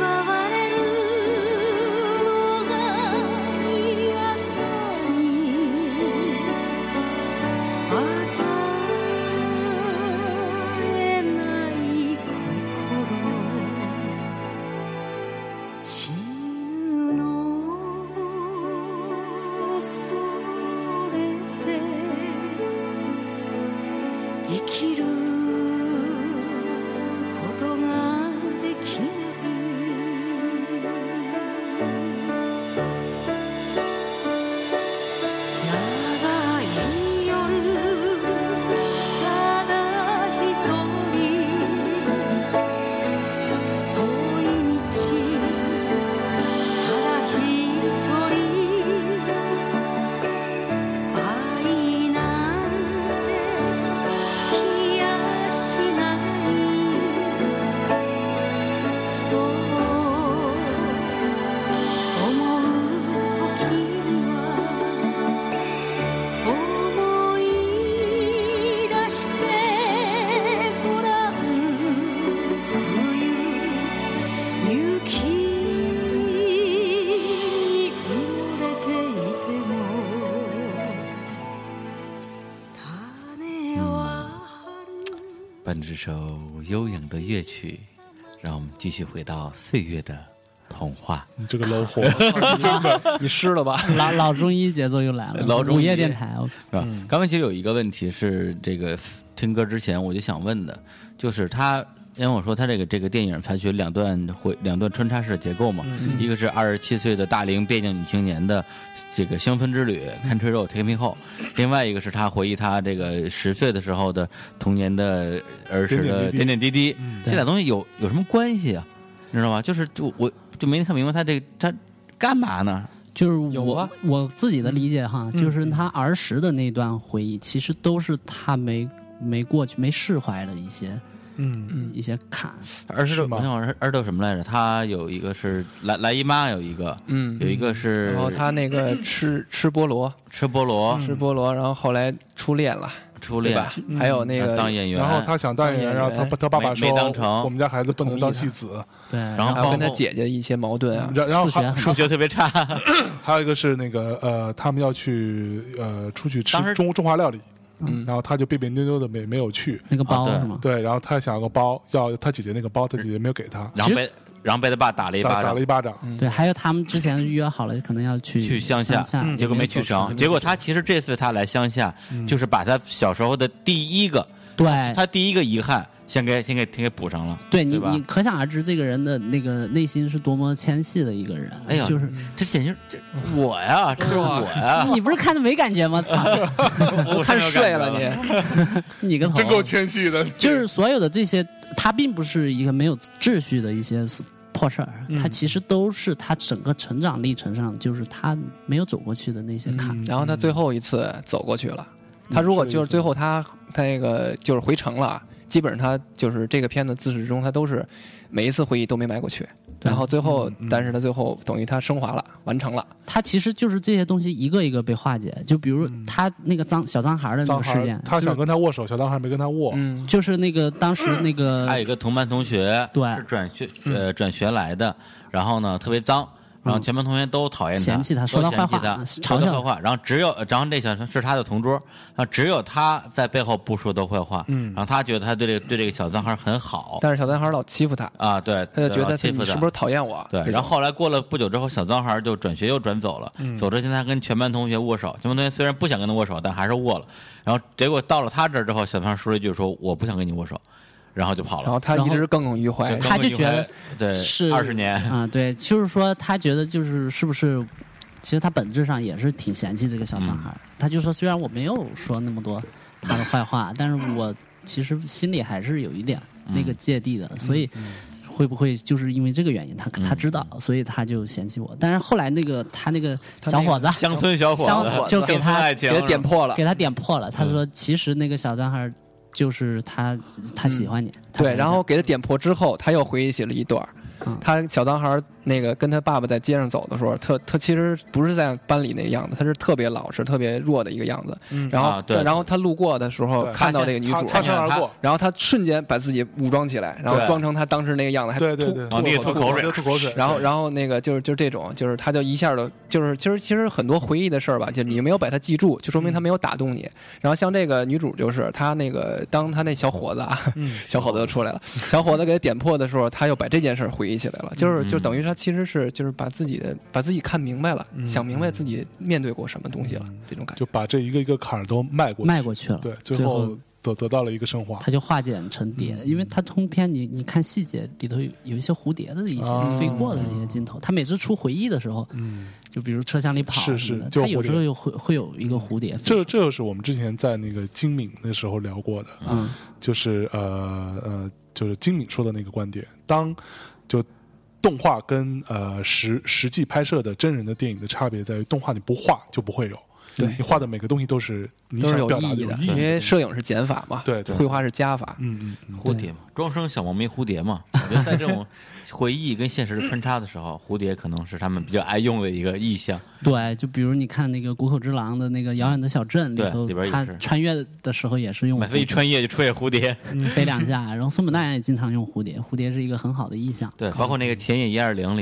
伴着这首悠扬的乐曲，让我们继续回到岁月的童话。 你这个 low 货，真的。 你湿了吧？ 老老中医节奏又来了， 老中医午夜电台， 是吧？刚才其实有一个问题是，这个听歌之前我就想问的，就是他，因为我说他这个这个电影采取两段回两段穿插式的结构嘛， 嗯一个是二十七岁的大龄别扭女青年的这个香氛之旅 Country Road Take Me Home，另外一个是他回忆他这个十岁的时候的童年的儿时的点点滴滴，这俩东西有有什么关系啊？你知道吗？就是就我就没看明白他这他干嘛呢？ 就是我、 有啊我自己的理解哈，就是他儿时的那段回忆，其实都是他没没过去、没释怀的一些嗯， 一些坎。 儿时的是吗我想儿儿时有什么来着？他有一个是来来姨妈，有一个， 嗯有一个是然后他那个吃吃菠萝， 吃菠萝、 吃菠萝，然后后来初恋了， 初恋对吧？还有那个当演员， 然后他想当演员，然后他他爸爸说没没当成我们家孩子不能当戏子。 对， 然后还有跟他姐姐一些矛盾啊。 然然后还数学很数学特别差， 还有一个是那个呃，他们要去呃出去吃当时中中华料理， 嗯然后他就别别扭扭的没没有去。 那个包啊对是吗？ 对，然后他想要个包，要他姐姐那个包，他姐姐没有给他， 然后被然后被他爸打了一巴掌打打了一，巴掌。 对，还有他们之前约好了，可能要去去乡下， 下， 也结果没去成。结果他其实这次他来乡下，就是把他小时候的第一个， 对他第一个遗憾，先给先给先给补上了。 对你对吧你可想而知，这个人的那个内心是多么纤细的一个人。 哎呀， 就是这简直这我呀，这是我呀， 你不是看的没感觉吗？操， 我看睡了你， 你个头！ 真够谦虚的， 就是所有的这些，他并不是一个没有秩序的一些破事儿， 嗯他其实都是他整个成长历程上，就是他没有走过去的那些坎。 然后他最后一次走过去了。他如果就是最后他他那个就是回城了，基本上他就是这个片子自始至终他都是每一次回忆都没迈过去。然后最后，但是他最后等于他升华了，完成了。 他其实就是这些东西一个一个被化解，就比如他那个脏小脏孩的那脏孩个事件， 他想跟他握手，小男孩没跟他握。 嗯， 就是那个当时那个还有一个同班同学， 对是转学呃转学来的，然后呢特别脏。然后全班同学都讨厌他， 嫌弃他说他坏话都嫌弃他嘲笑他说他坏话。然后只有，然后这小是他的同桌，然后只有他在背后不说他坏话。 嗯然后他觉得他对这个对这个小男孩很好但是小男孩老欺负他， 啊，对， 他就觉得老欺负他你是不是讨厌我？ 对， 这种然后后来过了不久之后，小脏孩就转学又转走了。 嗯走之前他跟全班同学握手，全班同学虽然不想跟他握手，但还是握了。然后结果到了他这儿之后，小脏孩说了一句说：“我不想跟你握手。”然后就跑了。 然后他一直耿耿于怀。 他就觉得对是二十年啊，对，就是说他觉得就是是不是，其实他本质上也是挺嫌弃这个小男孩。 嗯他就说，虽然我没有说那么多他的坏话，但是我其实心里还是有一点那个芥蒂的，所以。会不会就是因为这个原因，他他知道，所以他就嫌弃我。但是后来那个他那个小伙子， 乡村小伙乡子就给他乡村爱情给他点破了， 给他点破了。他说，其实那个小男孩就是他，他喜欢你。他才对， 会然后给他点破之后，他又回忆起了一段儿。 嗯他小男孩那个跟他爸爸在街上走的时候，他他其实不是在班里那个样子，他是特别老实、特别弱的一个样子。 嗯然后、 啊对然后他路过的时候对看到这个女主， 擦擦身而过， 然后他瞬间把自己武装起来，然后对装成他当时那个样子，还吐对对对， 往地里吐口水就吐口水。 然后，然后那个就是就是这种，就是他就一下的，就是其实其实很多回忆的事儿吧，就你没有把它记住，就说明他没有打动你。然后像这个女主，就是她那个当她那小伙子啊， 嗯小伙子就出来了，小伙子给他点破的时候，他又把这件事儿回忆起来了，就是就等于他其实是就是把自己的把自己看明白了， 嗯想明白自己面对过什么东西了，这种感觉。 就把这一个一个坎儿都迈过去， 迈过去了。 对， 最最后得得到了一个升华。 他就化茧成蝶，因为他通篇你你看细节里头有有一些蝴蝶的一些哦飞过的那些镜头，他每次出回忆的时候， 嗯， 就比如车厢里跑是什么的是就蝴蝶他有时候有会会有一个蝴蝶飞出来。 这这就是我们之前在那个金敏的时候聊过的， 嗯， 就是呃呃，就是金敏说的那个观点，当就动画跟呃实实际拍摄的真人的电影的差别在于，动画你不画就不会有， 对你画的每个东西都是你都是想表达有意义的，因有意义的为摄影是减法嘛， 对对绘画是加法。 嗯嗯嗯， 蝴蝶嘛，庄生小猫咪蝴蝶嘛。我觉得在这种回忆跟现实的穿插的时候，蝴蝶可能是他们比较爱用的一个意象。 对，就比如你看那个《谷口之狼》的那个遥远的小镇里对头，他里边也是穿越的时候也是用每次一穿越就出现蝴蝶， 飞两下，然后松本大洋也经常用蝴蝶，蝴蝶是一个很好的意象。 对，包括那个《田野一二零》里边，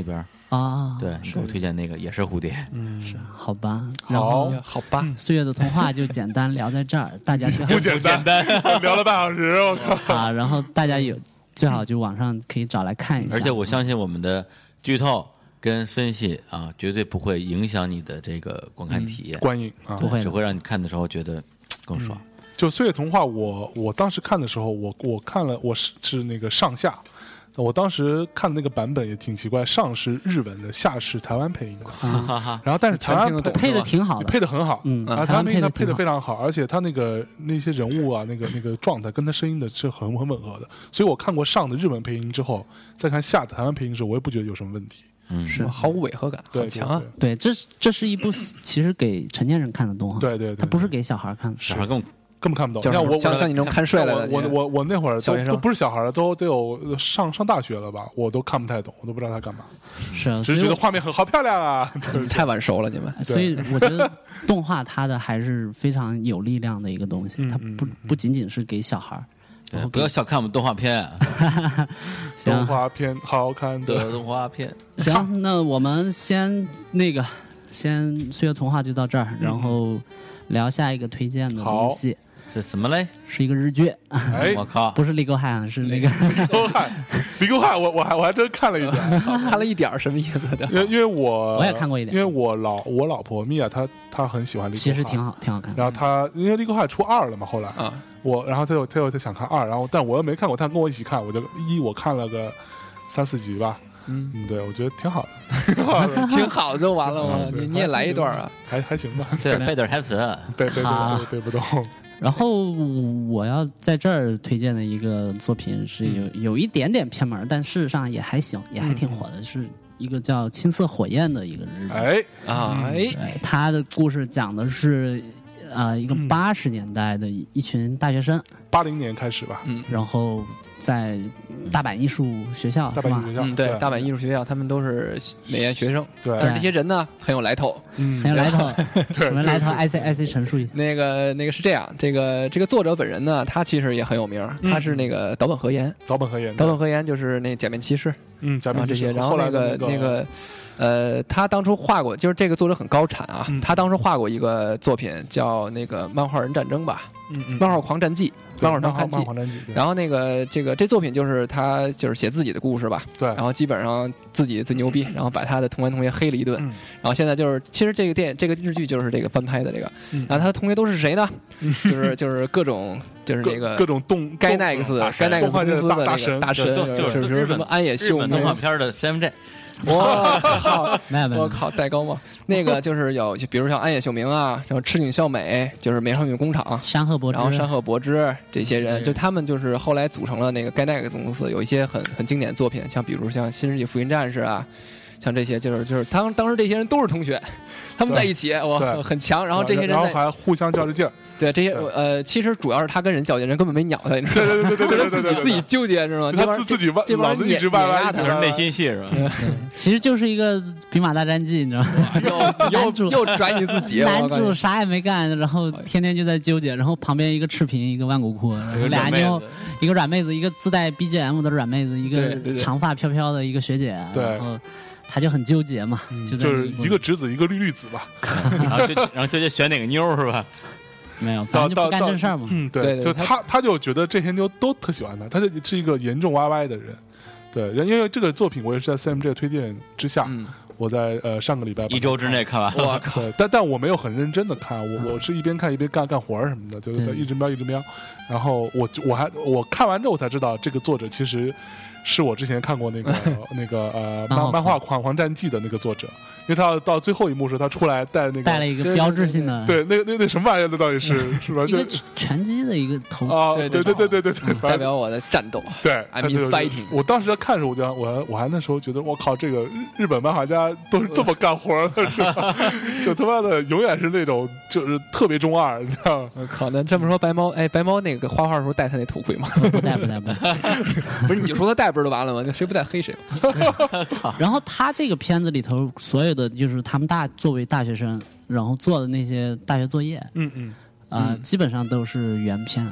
啊， 对，你给我推荐那个也是蝴蝶。 嗯， 好吧，然后哎呀好吧， 岁月的童话就简单聊在这儿，大家最好不简单，聊了半小时，我靠！ 啊，然后大家有最好就网上可以找来看一下， 而且我相信我们的剧透跟分析啊，绝对不会影响你的这个观看体验， 观影啊， 不会的只会让你看的时候觉得更爽。 就《岁月童话》我，我当时看的时候，我我看了，我是是那个上下。我当时看的那个版本也挺奇怪，上是日文的，下是台湾配音的。 啊， 然后但是台湾全听得懂配的挺好的， 配的很好， 嗯然后台湾配音他配的台湾配得挺好非常好，而且他那个那些人物啊，那个那个状态跟他声音的是很很吻合的。所以我看过上的日文配音之后，再看下的台湾配音的时候，我也不觉得有什么问题。 嗯， 是毫无违和感， 对， 很强啊！ 对，这是这是一部其实给成年人看的动画， 对对对， 它不是给小孩看的， 小孩更根本看不懂。 就是像我我像像你这种看睡了的， 我我我我那会儿小学生都都不是小孩了，都得有上上大学了吧，我都看不太懂，我都不知道他干嘛， 是啊， 只是觉得所以我画面很好漂亮啊。 你太晚熟了，你们。 所以我觉得动画它的还是非常有力量的一个东西，它不不仅仅是给小孩儿。 对不要小看我们动画片啊， 动行画片好看的的动画片。 行，那我们先那个先《岁月童话》就到这儿，然后聊下一个推荐的东西， 是什么嘞？ 是一个日剧， 哎， 我靠， 不是《Legal High》，是那个离沟汉，离沟汉，我我还我还真看了一点， 看了一点儿什么意思的？ 因为因为我我也看过一点因为我老我老婆米娅她她很喜欢离沟汉， 其实挺好，挺好看的。 然后她因为离沟汉出二了嘛，后来啊， 我然后她又她又她想看二，然后但我又没看过，她跟我一起看，我就一我看了个三四集吧， 嗯， 嗯，对我觉得挺好的，挺好的， 挺好就完了吗？ 嗯对你你也来一段啊？ 还还行吧， 对，背点台词。 背背好背背不动， 然后我要在这儿推荐的一个作品是有有一点点偏门，但事实上也还行，也还挺火的，是一个叫《青色火焰》的一个日剧。 哎， 啊，哎， 对，他的故事讲的是，呃，一个八十年代的一群大学生， 八零年开始吧， 然后在大阪艺术学校是吧大阪艺术？学校， 嗯，对，大阪艺术学校他们都是美院学生， 对但是这些人呢很有来头。 嗯很有来头， 对什么来头？I C I C 陈述一下。 那个那个是这样，这个这个作者本人呢，他其实也很有名，他是那个岛本和彦， 岛本和彦， 岛本和彦就是那假面骑士嗯，假面骑士啊这些，然后后来那个的那个。呃，他当初画过，就是这个作者很高产啊。 嗯他当时画过一个作品，叫那个《漫画人战争》吧， 嗯嗯， 《漫画狂战记》， 对漫画狂战记漫。画战记，对然后那个这个这作品就是他就是写自己的故事吧， 对， 然后基本上自己最牛逼，然后把他的同班同学黑了一顿， 嗯然后现在就是其实这个电影这个日剧就是这个翻拍的这个， 嗯然后他的同学都是谁呢？就是就是各种就是那各各个种动该动 Nex 大神该 Nex 动画界的公司的那个大大神大神， 就就是是什么日本安野秀日本动画明， 片的 C M J。 我靠！ 没有没有我，靠，戴高帽，那个就是有，就比如像安野秀明啊，然后赤井孝美，就是美少女工厂， 山鹤博之然，后山鹤博之这些人， 对就他们就是后来组成了那个该 Nex 公司，有一些很很经典的作品，像比如像《新世纪福音战士》啊，像这些就是就是当当时这些人都是同学，他们在一起哇对很强，然后这些人然后在还互相较着劲儿， 对这些对呃，其实主要是他跟人较劲，人根本没鸟他，你知道吗？ 对对对对对对对对， 自己纠结是吗？ 就这帮他自自己歪这帮人脑子一直歪歪， 碾碾压他一直歪歪内心戏是吧？ 其实就是一个兵马大战记，你知道吗？ 又男主又又拽你自己， 男我告诉你主啥也没干，然后天天就在纠结，然后旁边一个赤贫，一个万骨枯，然后俩妞，一个软妹子，一个自带 B G M 的软妹子，一对对对个长发飘飘的一个学姐， 对然后他就很纠结嘛，就在就是一个直子一个绿绿子吧， 然后就然后就得选哪个妞儿是吧？ 没有，反正就不干正事儿嘛。 嗯， 对对就他他他就觉得这些妞都特喜欢他，他就是一个严重歪歪的人。对，因为这个作品我也是在 C M J 推荐之下， 嗯， 我在呃上个礼拜把它一周之内看完了。 我靠， 对，但但我没有很认真的看，我我是一边看一边干干活儿什么的，就是在对一直瞄一直瞄。然后我我还我看完之后我才知道，这个作者其实是我之前看过那个那个呃漫画漫漫画《狂狂战记》的那个作者，因为他到到最后一幕时候，他出来带那个带了一个标志性的， 对那那那什么玩意儿，那到底是是吧？就一个拳击的一个头， 啊， 对对对对对对对， 代反正表我的战斗。 对 I 他 mean 就是 fighting 我当时在看的时候，我就我还我还那时候觉得，我靠，这个日日本漫画家都是这么干活的，是吧？就他妈的永远是那种就是特别中二，你知道吗？ 我靠，那这么说，白猫，哎，白猫那个画画的时候戴他那头盔吗？ 不戴不戴不戴。 不是，你就说他戴不是就完了吗？那谁不戴黑谁嘛。 然后他这个片子里头所有的就是他们大作为大学生，然后做的那些大学作业， 嗯嗯， 啊、基本上都是原片，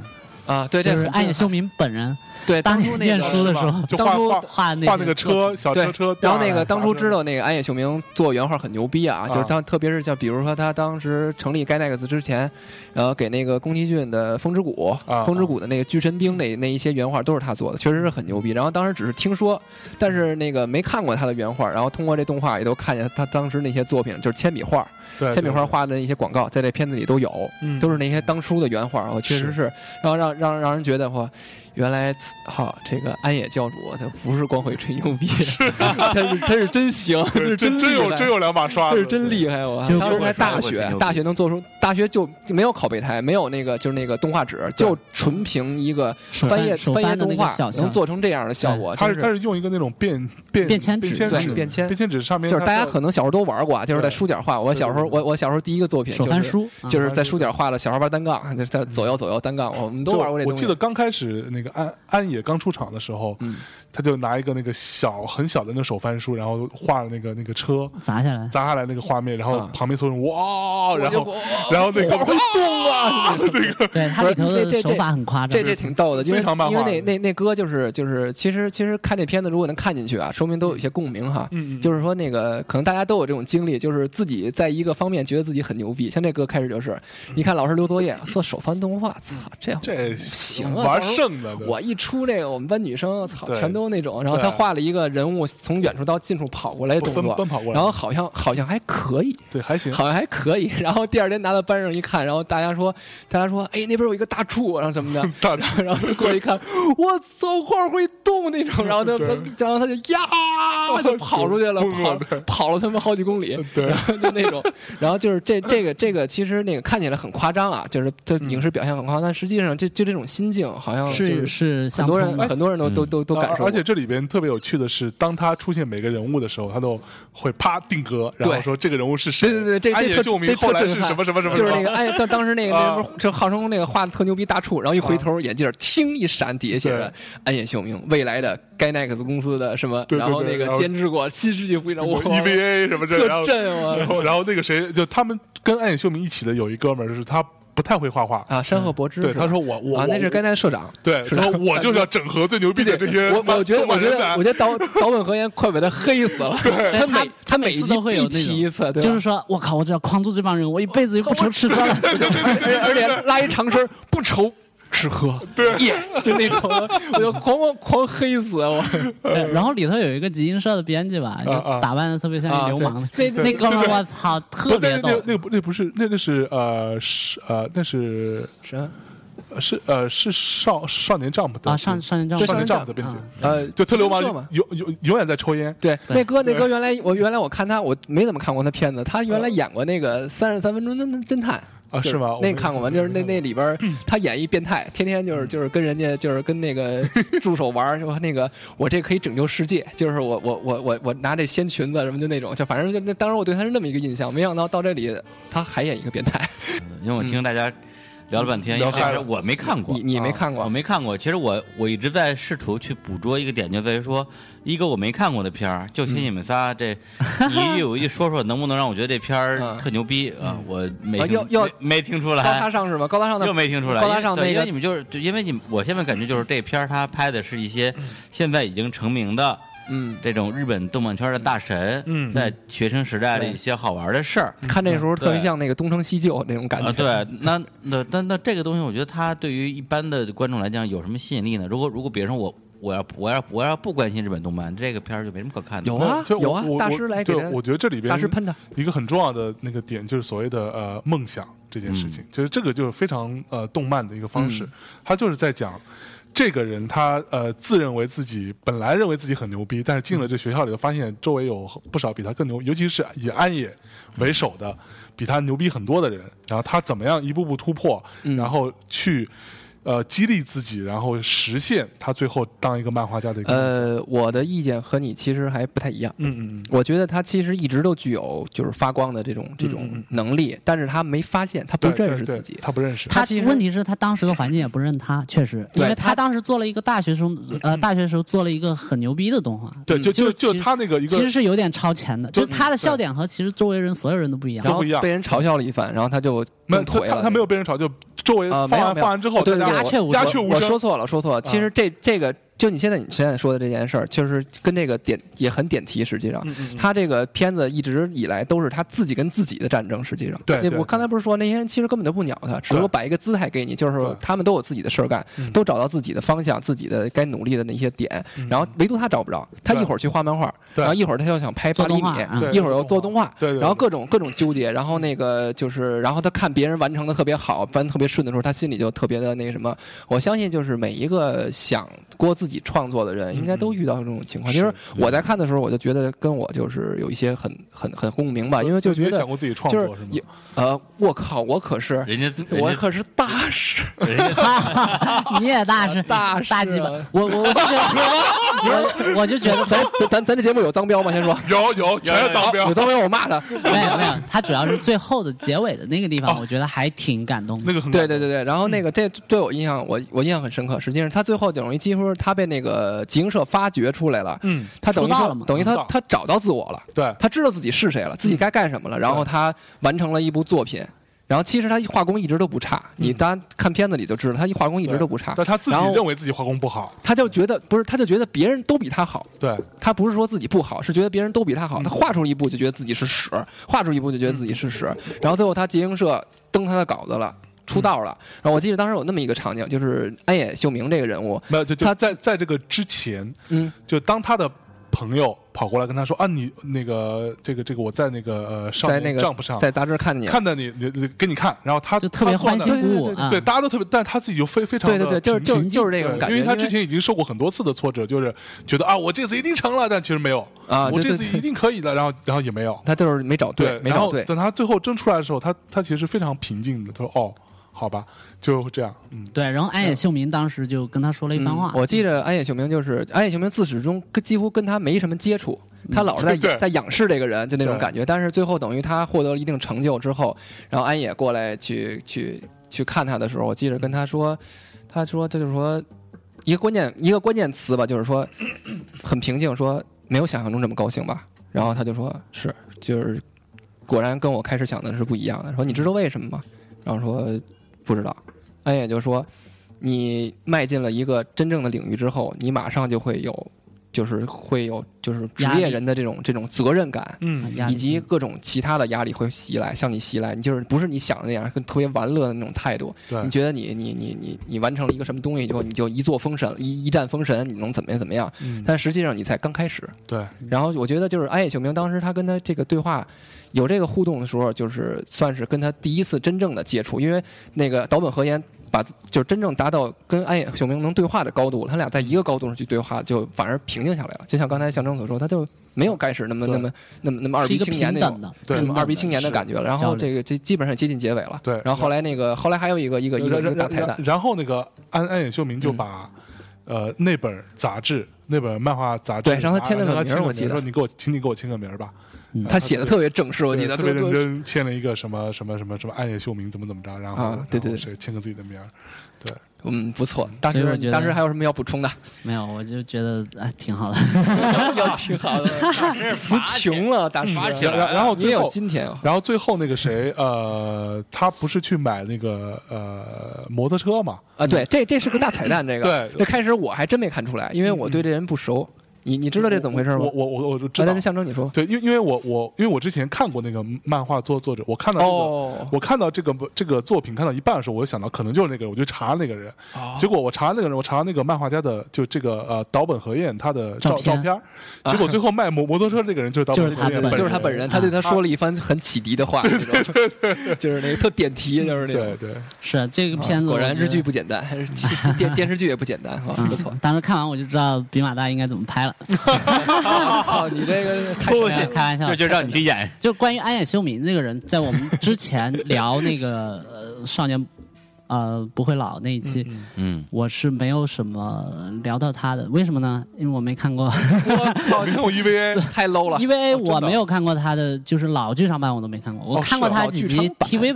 啊，对，这就是很暗野秀明本人对当年念当初那个书的时候就当初画画画那画那个车小对车车， 然后那个掉下来当初知道那个安野秀明做原画很牛逼啊， 啊就是他特别是像比如说他当时成立 Gainax 之前，然后给那个宫崎骏的风之谷、 啊风之谷的那个巨神兵那那一些原画都是他做的，确实是很牛逼。然后当时只是听说，但是那个没看过他的原画，然后通过这动画也都看见他当时那些作品，就是铅笔画。 对铅笔画画的一些广告，在这片子里都有， 嗯都是那些当初的原画。我确实是，然后让让让人觉得哇，原来好这个安野教主他不是光会吹牛逼，他是他是真行，他是真真厉害有真有两把刷子， 这是真厉害！我就当时在大不会吹牛，逼学大学能做出大学就没有拷贝台，没有那个就是那个动画纸，就纯凭一个手翻页翻页手翻的那动画个小能做成这样的效果， 他是真他是用一个那种便便便签纸便签纸对便签便签纸上面就是大家它可能小时候都玩过啊，就是在对书角画。我小时候我我小时候第一个作品手就是翻书，啊就是在书角画了小孩玩单杠，就是在左右左右单杠，我们都就玩过这东西。 我记得刚开始那个安安野刚出场的时候， 嗯他就拿一个那个小很小的那个手翻书，然后画了那个那个车砸下来， 砸下来那个画面，然后啊旁边所有人哇，然后我就然后那个画会动啊！ 对它里头不是这这的手法很夸张这。这挺逗的，因为非常漫画因为那那那歌就是就是，其实其实看这片子如果能看进去啊，说明都有一些共鸣哈。 嗯嗯就是说那个可能大家都有这种经历，就是自己在一个方面觉得自己很牛逼。像这歌开始就是，你看老师留作业做手翻动画，操，这样这行啊！ 玩到时候剩的，对我一出这个，我们班女生操对全都那种，然后对他画了一个人物从远处到近处跑过来的动作， 奔奔跑过来然后好像好像还可以， 对还行， 好像还可以。然后第二天拿到班上一看，然后大家说，大家说，哎，那边有一个大柱，然后什么的， 大然后他过来一看，我操，画会动那种，然后他，然后他就呀就跑出去了，跑对跑了他妈好几公里， 对然后就那种，然后就是这这个这个其实那个看起来很夸张啊，就是这影视表现很夸张，但实际上这就这种心境好像就是是相很多人通的很多人都都都都感受过， 而且这里边特别有趣的是，当他出现每个人物的时候，他都会啪定格，然后说这个人物是谁？ 对对对，这安野这特这秀明后来特震撼是什么什么什么？ 就是那个哎，当当时那个啊那不是就号称那个画的特牛逼大处，然后一回头眼镜儿听一闪，底下写着安野秀明，未来的 Gainax 公司的什么， 对对然后那个对然后监制过新世纪福音战，我 E V A 什么这，然后特震我然后然后那个谁，就他们跟安野秀明一起的有一哥们儿，就是他不太会画画。 啊，山河博之， 对， 是吧他说我我啊，那是我 Gainax 社长， 对， 是他说我就是要整合最牛逼的这些我我觉得，我觉得， 动漫人才我觉得岛岛本和彦快把他黑死了。 对他每他每集每次都会有必那种提一次，对吧就是说我靠，我只要框住这帮人，我一辈子就不愁吃喝了。 而而且拉一长声，不愁吃喝， 对耶，就那种，我就狂狂狂黑死我。 对然后里头有一个集英社的编辑吧，就啊打扮的特别像啊一流氓的。 对那那哥们儿，我操，特别逗那那。那个不那不是那个是呃是呃那是是是呃是少少年 Jump 的啊，上少年少丈夫年 Jump 的编辑， 呃， 就特流嘛氓，永永永远在抽烟。 对， 对那哥那哥原来我原来我看他，我没怎么看过他片子，他原来演过那个三十三分钟的侦探。 啊，是吗？ 那个看过吗？就是那那里边儿他演一变态，天天就是就是跟人家就是跟那个助手玩儿，说那个我这可以拯救世界，就是我我我我我拿这掀裙子什么就那种，就反正就那当时我对他是那么一个印象，没想到到这里他还演一个变态。 因为我听大家聊了半天，因为这聊嗨了片我没看过， 你你没看过我？没看过。其实我我一直在试图去捕捉一个点，就在于说，一个我没看过的片儿，就请你们仨这，你一有一说说，能不能让我觉得这片儿嗯特牛逼啊？我没听啊要要没没听出高大来。 上是吗？高大上的又没听出来， 高大上因为对因那个为你们就是，就因为你们，我现在感觉就是这片儿他拍的是一些现在已经成名的嗯， 这种日本动漫圈的大神， 嗯在学生时代的一些好玩的事儿， 看这时候特别对像那个东成西就那种感觉。 啊，对，那那那那这个东西，我觉得它对于一般的观众来讲有什么吸引力呢？如果如果比如说我我要我要我要不关心日本动漫，这个片儿就没什么可看的。 有啊就我有啊我， 大我对师来给他， 我觉得这里边大师喷他。 一个很重要的那个点就是所谓的呃梦想这件事情，就是这个就是非常呃动漫的一个方式， 嗯他就是在讲。这个人他呃自认为自己本来认为自己很牛逼，但是进了这学校里头，发现周围有不少比他更牛，尤其是以安野为首的比他牛逼很多的人，然后他怎么样一步步突破， 嗯然后去呃激励自己，然后实现他最后当一个漫画家的一个梦想。 呃，我的意见和你其实还不太一样。 嗯嗯嗯， 我觉得他其实一直都具有就是发光的这种这种能力，但是他没发现，他不对对认识自己对。他不认识。 他其实问题是他当时的环境也不认他，确实，因对为他当时做了一个大学生，呃，大学时候做了一个很牛逼的动画， 对，就就就就是其实他那个一个其实是有点超前的， 就就是他的笑点和其实周围人所有人都不一样然。后都不一样被人嘲笑了一番，然后他就没有他更颓了。 他他没有被人吵，就周围啊， 放没有没有完放完之后， 对对大鸦雀无声鸦雀无声我说错了，说错了。其实这这个就你现在你现在说的这件事儿，就是跟这个点也很点题。实际上， 嗯嗯嗯他这个片子一直以来都是他自己跟自己的战争。实际上，那对对我刚才不是说那些人其实根本就不鸟他，只不过摆一个姿态给你，就是说对他们都有自己的事儿干， 嗯都找到自己的方向，自己的该努力的那些点，然后唯独他找不着。他一会儿去画漫画， 对然后一会儿他又想拍八厘米做动画嗯， 对一会儿又做动画， 对对对然后各种各种纠结，然后那个就是，然后他看别人完成的特别好，完特别顺的时候，他心里就特别的那个什么。我相信就是每一个想过自己创作的人，应该都遇到这种情况。 是其实我在看的时候，我就觉得跟我就是有一些很很很共鸣吧，因为就觉也得想过自己创就是作是吗？ 也呃，我靠，我可是人家人家我可是大师， 人家你也大师大师啊大鸡巴，我我我就觉得，我我就觉得他咱咱咱咱这节目有脏标吗？先说有有全是脏标有，脏标，我骂他。 没有没有，他主要是最后的结尾的那个地方， 哦我觉得还挺感动的。 那个很对对对对，然后那个这对我印象，我我印象很深刻。实际上，他最后等于几乎他被那个集英社发掘出来了， 嗯， 他等于说出道了嘛等于他出道他找到自我了， 对他知道自己是谁了，自己该干什么了，然后他完成了一部作品。然后其实他画工一直都不差，你当然看片子里就知道，他一画工一直都不差。 但他自己然后认为自己画工不好， 他就觉得不是，他就觉得别人都比他好。 对他不是说自己不好，是觉得别人都比他好。他画出一部就觉得自己是屎，画出一部就觉得自己是屎。然后最后他集英社登他的稿子了。出道了，然后我记得当时有那么一个场景，就是安野秀明这个人物， 没有就就他在在这个之前， 嗯， 就当他的朋友跑过来跟他说啊，你那个这个这个我在那个呃少年在那个 Jump 上在杂志看见你， 看到你，你你给你看，然后他就特别欢欣鼓舞啊！ 对，大家都特别，但他自己就非非常的对对对，就是就平静就是这种感觉， 对因为他之前已经受过很多次的挫折，就是觉得啊，我这次一定成了，但其实没有啊对对我这次一定可以的，然后然后也没有， 他就是没找对，没然后找对。 等他最后争出来的时候，他他其实是非常平静的，他说哦，好吧，就这样，嗯， 对，然后安野秀明当时就跟他说了一番话。 嗯我记得安野秀明就是安野秀明自始至终跟几乎跟他没什么接触，他老是在对在仰视这个人，就那种对感觉。但是最后等于他获得了一定成就之后，然后安野过来去去去看他的时候，我记得跟他说，他说他就是说一个关键一个关键词吧，就是说很平静，说没有想象中这么高兴吧。然后他就说是，就是果然跟我开始想的是不一样的。说你知道为什么吗？然后说不知道。安野就说，你迈进了一个真正的领域之后，你马上就会有，就是会有就是职业人的这种这种责任感， 嗯压力以及各种其他的压力会袭来，向你袭来。你就是不是你想的那样，跟特别玩乐的那种态度。 对你觉得你你你你你完成了一个什么东西之后，你就一座封神，一一战封神，你能怎么样怎么样？ 嗯， 但实际上你才刚开始。 对， 然后我觉得就是安野秀明当时他跟他这个对话有这个互动的时候，就是算是跟他第一次真正的接触，因为那个岛本和彦把就是真正达到跟安野秀明能对话的高度，他俩在一个高度上去对话，就反而平静下来了。就像刚才象征所说，他就没有开始那么对那么那么那么二逼是一个青年那种。 平等的， 对那么二逼青年的是感觉了，然交流后这个这基本上接近结尾了。 对然后后来那个后来还有一个一个一个一个大彩蛋然，然后那个安安野秀明就把、呃那本杂志那本漫画杂志对让他签了个让他签个名儿我记得说你给我请你给我签个名儿吧， 嗯他写的特别正式，我记得对特别对对认真，签了一个什么什么什么什么安野秀明怎么怎么着，然后、 啊对对对然后谁签个自己的名儿，对， 嗯不错。当时所以我觉得当时还有什么要补充的？ 没有，我就觉得哎挺好的。 要挺好的，词穷了，大师。 起来然然后你也有最后今天啊。 然后最后那个谁呃他不是去买那个呃摩托车嘛， 啊，对，这这是个大彩蛋，这个。 对这开始我还真没看出来，因为我对这人不熟。你你知道这怎么回事吗我？我我我就知道啊那，象征你说。 对，因为因为我我因为我之前看过那个漫画作作者，我看到这个、 哦我看到这个这个作品看到一半的时候，我就想到可能就是那个人，我就查那个人。 哦结果我查那个人，我查那个漫画家的就这个呃岛本和彦他的照照片照片儿，结果最后卖摩摩托车这个人就是岛本和彦就是他本人就是他本人，他对他说了一番很启迪的话，那种就是那个特点题，就是那种。 对对， 是这个片子， 果然我觉得日剧不简单，还是其实电电视剧也不简单，啊， 嗯不错。 当时看完我就知道比马大应该怎么拍了。 哦，你这个太没有开玩笑， 就就让你去演， 就关于安野秀明这个人，在我们之前聊那个呃少年呃不会老那一期， 嗯， 我是没有什么聊到他的，为什么呢？因为我没看过我靠， 你看我 E V A， 太 low 了。 ，E V A 哦真的我没有看过他的，就是老剧场版我都没看过，我哦看过是他几集老剧场版 T V 版。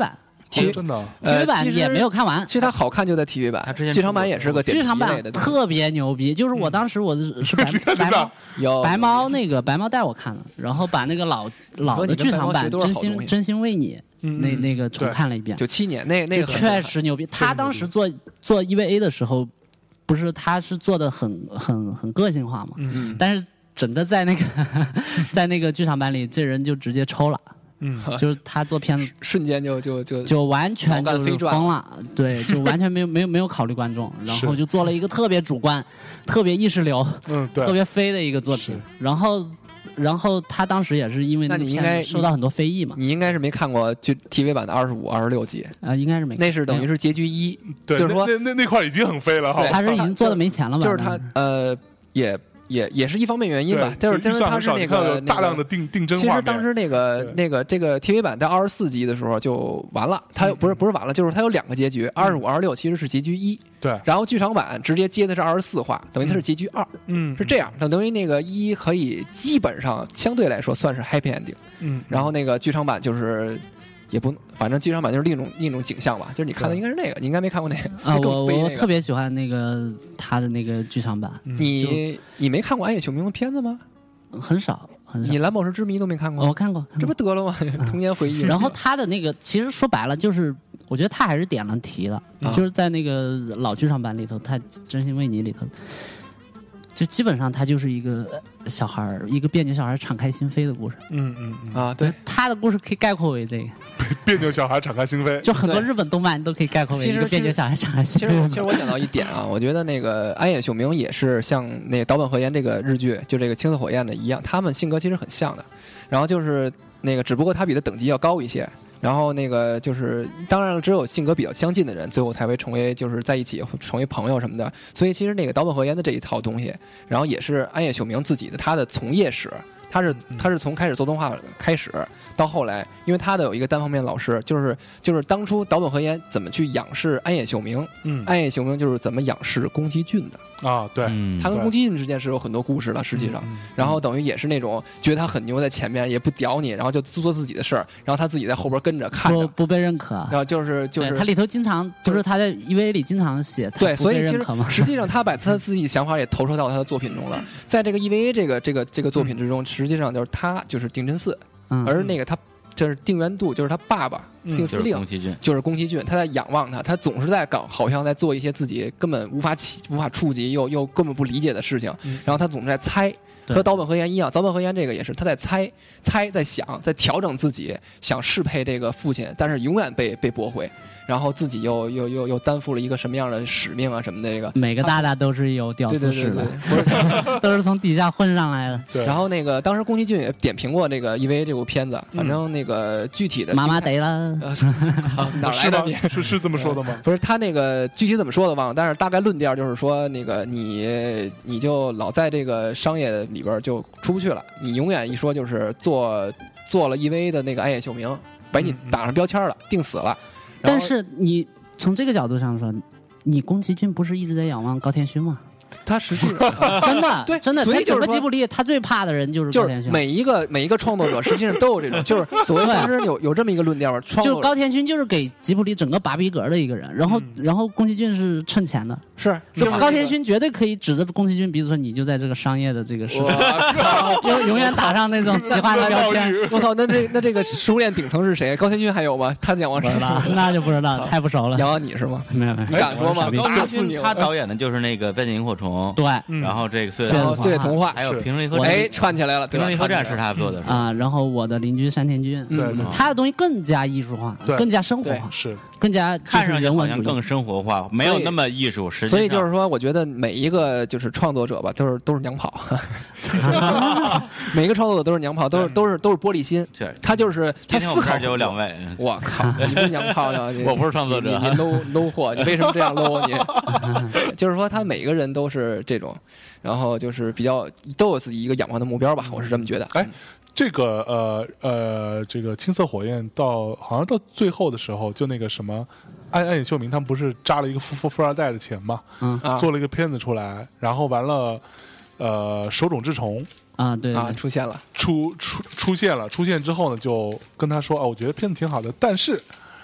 体真的啊， T V 呃版其实也没有看完其。实它好看就在 T V 版它之前， 剧场版也是个点剧场版题类的东西特别牛逼，就是我当时我是是白白猫有白猫那个白猫带我看的，然后把那个老老的剧场版《真心真心为你》 嗯那那个重看了一遍， 九七年那那就个很确实牛逼。他当时做做 E V A 的时候，不是他是做的很很很个性化嘛， 嗯但是整个在那个在那个剧场版里，这人就直接抽了， 嗯， 就是他做片子瞬间就就就就完全就是脑干飞转疯了，对，就完全没有没有没有考虑观众，然后是就做了一个特别主观、特别意识流、 嗯，对， 特别飞的一个作品。然后，然后他当时也是因为个那你应该片子受到很多非议嘛， 你应该是没看过就 T V 版的二十五、二十六集， 啊，应该是没， 那是等于没有是结局一， 对， 就是说那那那那块儿已经很飞了哈对， 他是已经做的没钱了吧？ 就是他当时呃也也也是一方面原因吧， 对就是就是预算很少， 他是那你看有个大量的。定定帧其实画面， 当时那个对那个这个 T V 版在二十四集的时候就完了，它不是不是完了，就是它有两个结局，二十五、二十六其实是结局一， 对， 然后剧场版直接接的是二十四话，等于它是结局二， 嗯， 是这样，等于那个一可以基本上相对来说算是 happy ending， 嗯， 然后那个剧场版就是也不，反正剧场版就是另一种另一种景象吧，就是你看的应该是那个，你应该没看过那个啊， 更我飞那个我特别喜欢那个他的那个剧场版， 嗯你你没看过安野秀明的片子吗？ 很少很少你。蓝宝石之谜都没看过？ 我看过，看这过不得了吗？童年回忆。 然后他的那个，其实说白了就是，我觉得他还是点了题的， 啊就是在那个老剧场版里头，他《真心为你》里头，就基本上他就是一个小孩儿，一个别扭小孩儿敞开心扉的故事。 嗯嗯嗯， 啊，对， 他的故事可以概括为这个， 别扭小孩敞开心扉， 就很多对日本动漫都可以概括为其实一个别扭小孩敞开心其实扉其实我讲到一点啊，我觉得那个安野秀明也是像那个岛本和彦这个日剧，就这个青色火焰的一样，他们性格其实很像的。然后就是那个，只不过他比他等级要高一些。然后那个就是，当然了，只有性格比较相近的人，最后才会成为就是在一起成为朋友什么的。所以其实那个岛本和彦的这一套东西，然后也是安野秀明自己的他的从业史。他是他是从开始做动画开始，到后来，因为他的有一个单方面老师，就是就是当初岛本和彦怎么去仰视安野秀明， 嗯安野秀明就是怎么仰视宫崎骏的。 啊，对， 嗯他跟宫崎骏之间是有很多故事的，实际上。 嗯然后等于也是那种觉得他很牛，在前面也不屌你，然后就做自己的事儿，然后他自己在后边跟着看着， 不不被认可。 然后就是就是对他里头经常不是他在 E V A 里经常写他对， 不被所以其实认可吗？ 实际上他把他自己想法也投射到他的作品中了。在这个 E V A 这个这个这个作品之中，实际上就是他就是定真寺， 嗯， 而那个他就是定元度就是他爸爸嗯定司令就是宫。崎骏， 就是宫崎骏，他在仰望他，他总是在搞，好像在做一些自己根本无法起、无法触及又又根本不理解的事情， 嗯然后他总是在猜， 对和岛本和彦一样，岛本和彦这个也是他在猜、猜，在想，在调整自己，想适配这个父亲，但是永远被被驳回，然后自己又又又又担负了一个什么样的使命啊什么的这个。 每个大大都是有屌对对对对丝史的，， 不是都是从底下混上来的。 对， 然后那个当时宫崎骏也点评过这个 E V A 这部片子，反正那个具体的妈妈精彩得了， 呃哪儿来是吗的你？？ 是是这么说的吗？ 不是他那个具体怎么说的忘了，但是大概论调就是说，那个你你就老在这个商业里边就出不去了，你永远一说就是做做了 E V A 的那个安野秀明，把你打上标签了，定死了。然后但是你从这个角度上说，你宫崎骏不是一直在仰望高田勋吗？ 他实际上真的， 对真的，他所以就是说整个吉卜力他最怕的人就是就是高田勋， 每一个每一个创作者实际上都有这种，就是所谓对当时有有这么一个论调，创就是作高田勋就是给吉卜力整个拔逼格的一个人，然后嗯然后宫崎骏是趁钱的， 是就高田勋， 勋绝对可以指着宫崎骏鼻子说你就在这个商业的这个市我场， 靠！ 永永远打上那种奇幻的标签。 我操，那这那这个食物链顶层是谁？高田勋还有吗？他仰望谁不知？道，那就不知道，太不熟了。 仰望你是吗？ 没有没有， 你敢说吗？ 高打死你！ 田勋他导演的就是那个《变形萤火虫》， 对嗯然后这个《岁是月然后岁月童话， 还有《 是平成一和战》， 哎，串起来了， 《 对吧？ 平成一和战》是串起来了他做的，是吧？ 啊，然后我的邻居山田君， 嗯对对他的东西更加艺术化， 对更加生活化， 是， 更加就是看上去人文主义好像更。生活化，没有那么艺术。实际所以就上是说，我觉得每一个就是创作者吧，都是都是娘炮，每一个创作者都是娘炮，都是都是都是玻璃心。 确实， 他就是他思考今天我们这儿就有两位， 我靠，你不是娘炮呢？你我不是创作者你你 low low 货，你为什么这样 low 啊你？就是说，他每个人都是这种，然后就是比较都有自己一个仰望的目标吧，我是这么觉得。 哎，这个呃呃，这个青色火焰到好像到最后的时候，就那个什么安安野秀明他们不是扎了一个富富富二代的钱嘛， 嗯啊做了一个片子出来，然后完了，呃，手冢治虫啊，对啊， 对， 出现了， 出出出现了，出现之后呢，就跟他说哦，我觉得片子挺好的，但是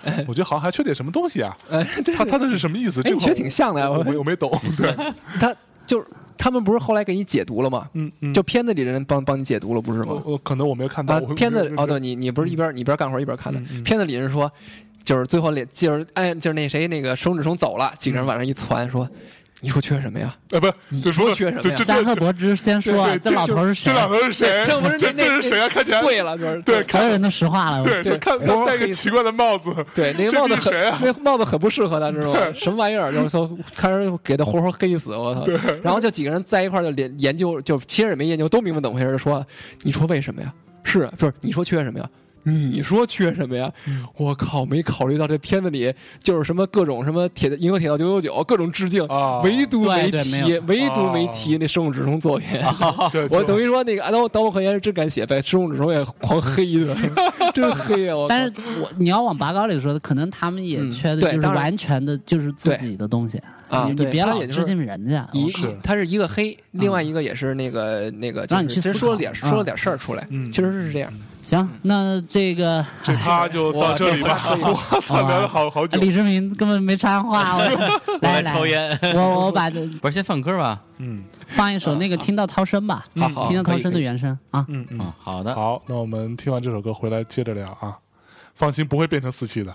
我觉得好像还缺点什么东西啊。 哎，对他他的是什么意思？ 哎， 这块你学挺像的呀，我我没我没懂。对， 他就是他们不是后来给你解读了吗？ 嗯嗯， 就片子里人帮帮你解读了，不是吗？ 我我可能我没有看到啊， 我片子哦，对对， 你你不是一边你一边干活一边看的嗯嗯， 片子里人说，就是最后连就是哎就是那谁那个手指冲走了，几个人往上一传说，你说缺什么呀？ 哎，不是， 你就说缺什么呀这这山河伯之先说对， 这老头是谁这？老头是谁？ 这不是那这这是谁啊？看起来碎了，就是对所有人都石化了。 对， 对说看活他戴个黑奇怪的帽子， 对，那个这帽子很是谁啊那个帽子很不适合他，知道吗？什么玩意儿？就是说，看人给他活活黑死，我操！然后就几个人在一块儿就研研究，就其实也没研究，都明白怎么回事。说，你说为什么呀？是不是？你说缺什么呀？你说缺什么呀？我靠，没考虑到这片子里就是什么各种什么铁的银河铁道九九九各种致敬， 啊唯独没提对对没有， 唯独没提那生物指虫作品。 对， 我等于说那个当当我可言是真敢写呗，生物指虫也狂黑的，真黑啊！我靠但是我你要往拔高里说，可能他们也嗯缺的就是对当然完全的就是自己的东西啊对你你别老他也就是致敬人家。 一是他是一个黑，另外一个也是那个那个， 让你去思就是其实说了考点啊说了点事儿出来， 嗯确实是这样。 行，那这个这趴就到这里吧。我操，聊了好好久。 李志明根本没插上话，我我在来来， 抽烟。 我我把这不是先放歌吧？ 嗯放一首那个《听到涛声》吧， 好好听到涛可以可以声的原声啊。 嗯嗯， 嗯，好的。 好，那我们听完这首歌回来接着聊啊。放心，不会变成四期的。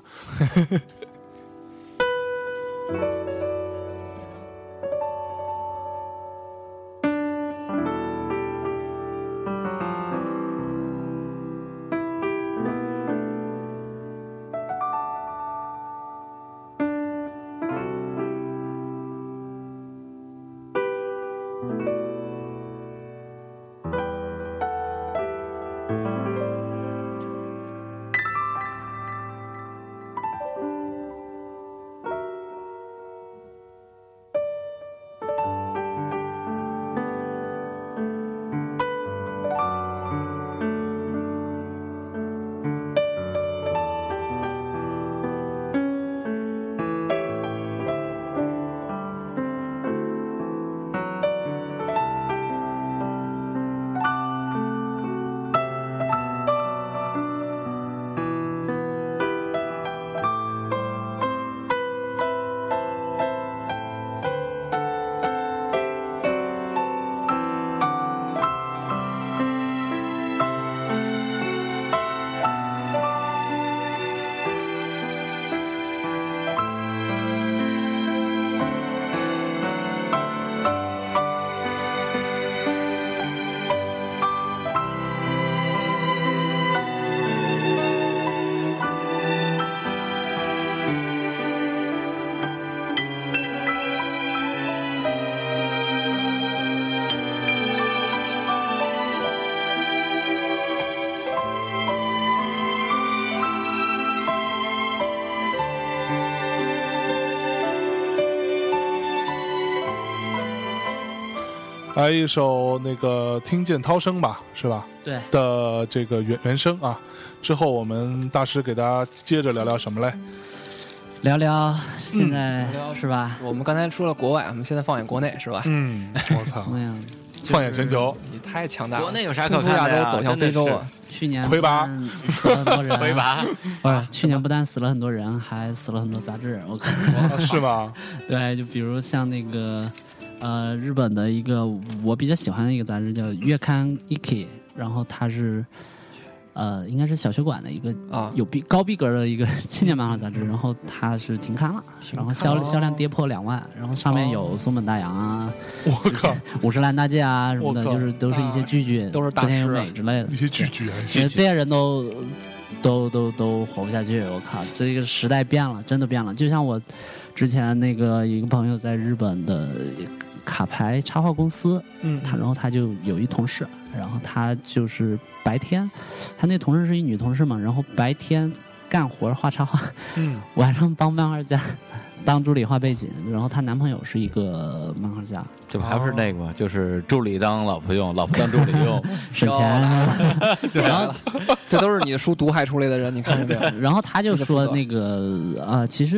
来一首那个听见涛声吧，是吧？ 对的这个原原声啊。之后我们大师给大家接着聊聊什么嘞？ 聊聊现在聊聊是吧？ 我们刚才说了国外，我们现在放眼国内是吧？ 嗯，我操， 怎么样？ 放眼全球， 你太强大了， 国内有啥可冲出看的呀亚洲走向非洲啊！ 去年魁拔不但死了很多人， 回拔， 不是去年不但死了很多人，还死了很多杂志。我看， 啊是吗？ 对，就比如像那个呃日本的一个我比较喜欢的一个杂志叫《月刊 Iki》，然后它是呃应该是小学馆的一个啊有逼高逼格的一个青年漫画杂志，然后它是停刊了，然后销销量跌破两万，然后上面有松本大洋啊、 我靠， 五十岚大介啊什么的， 我靠就是都是一些巨巨， 都是大织田优师啊美之类的那。些拒绝， 其实这些人都都都都活不下去，我靠，这个时代变了，真的变了。就像我之前那个一个朋友在日本的卡牌插画公司， 嗯， 他然后他就有一同事，然后他就是白天，他那同事是一女同事嘛，然后白天干活画插画， 嗯， 晚上帮漫画家当助理画背景，然后她男朋友是一个漫画家， 这不还不是那个吗？就是助理当老婆用，老婆当助理用。 省钱。然后这都是你的书毒害出来的人，你看见没有？ 然后他就说这个负责那个呃，其实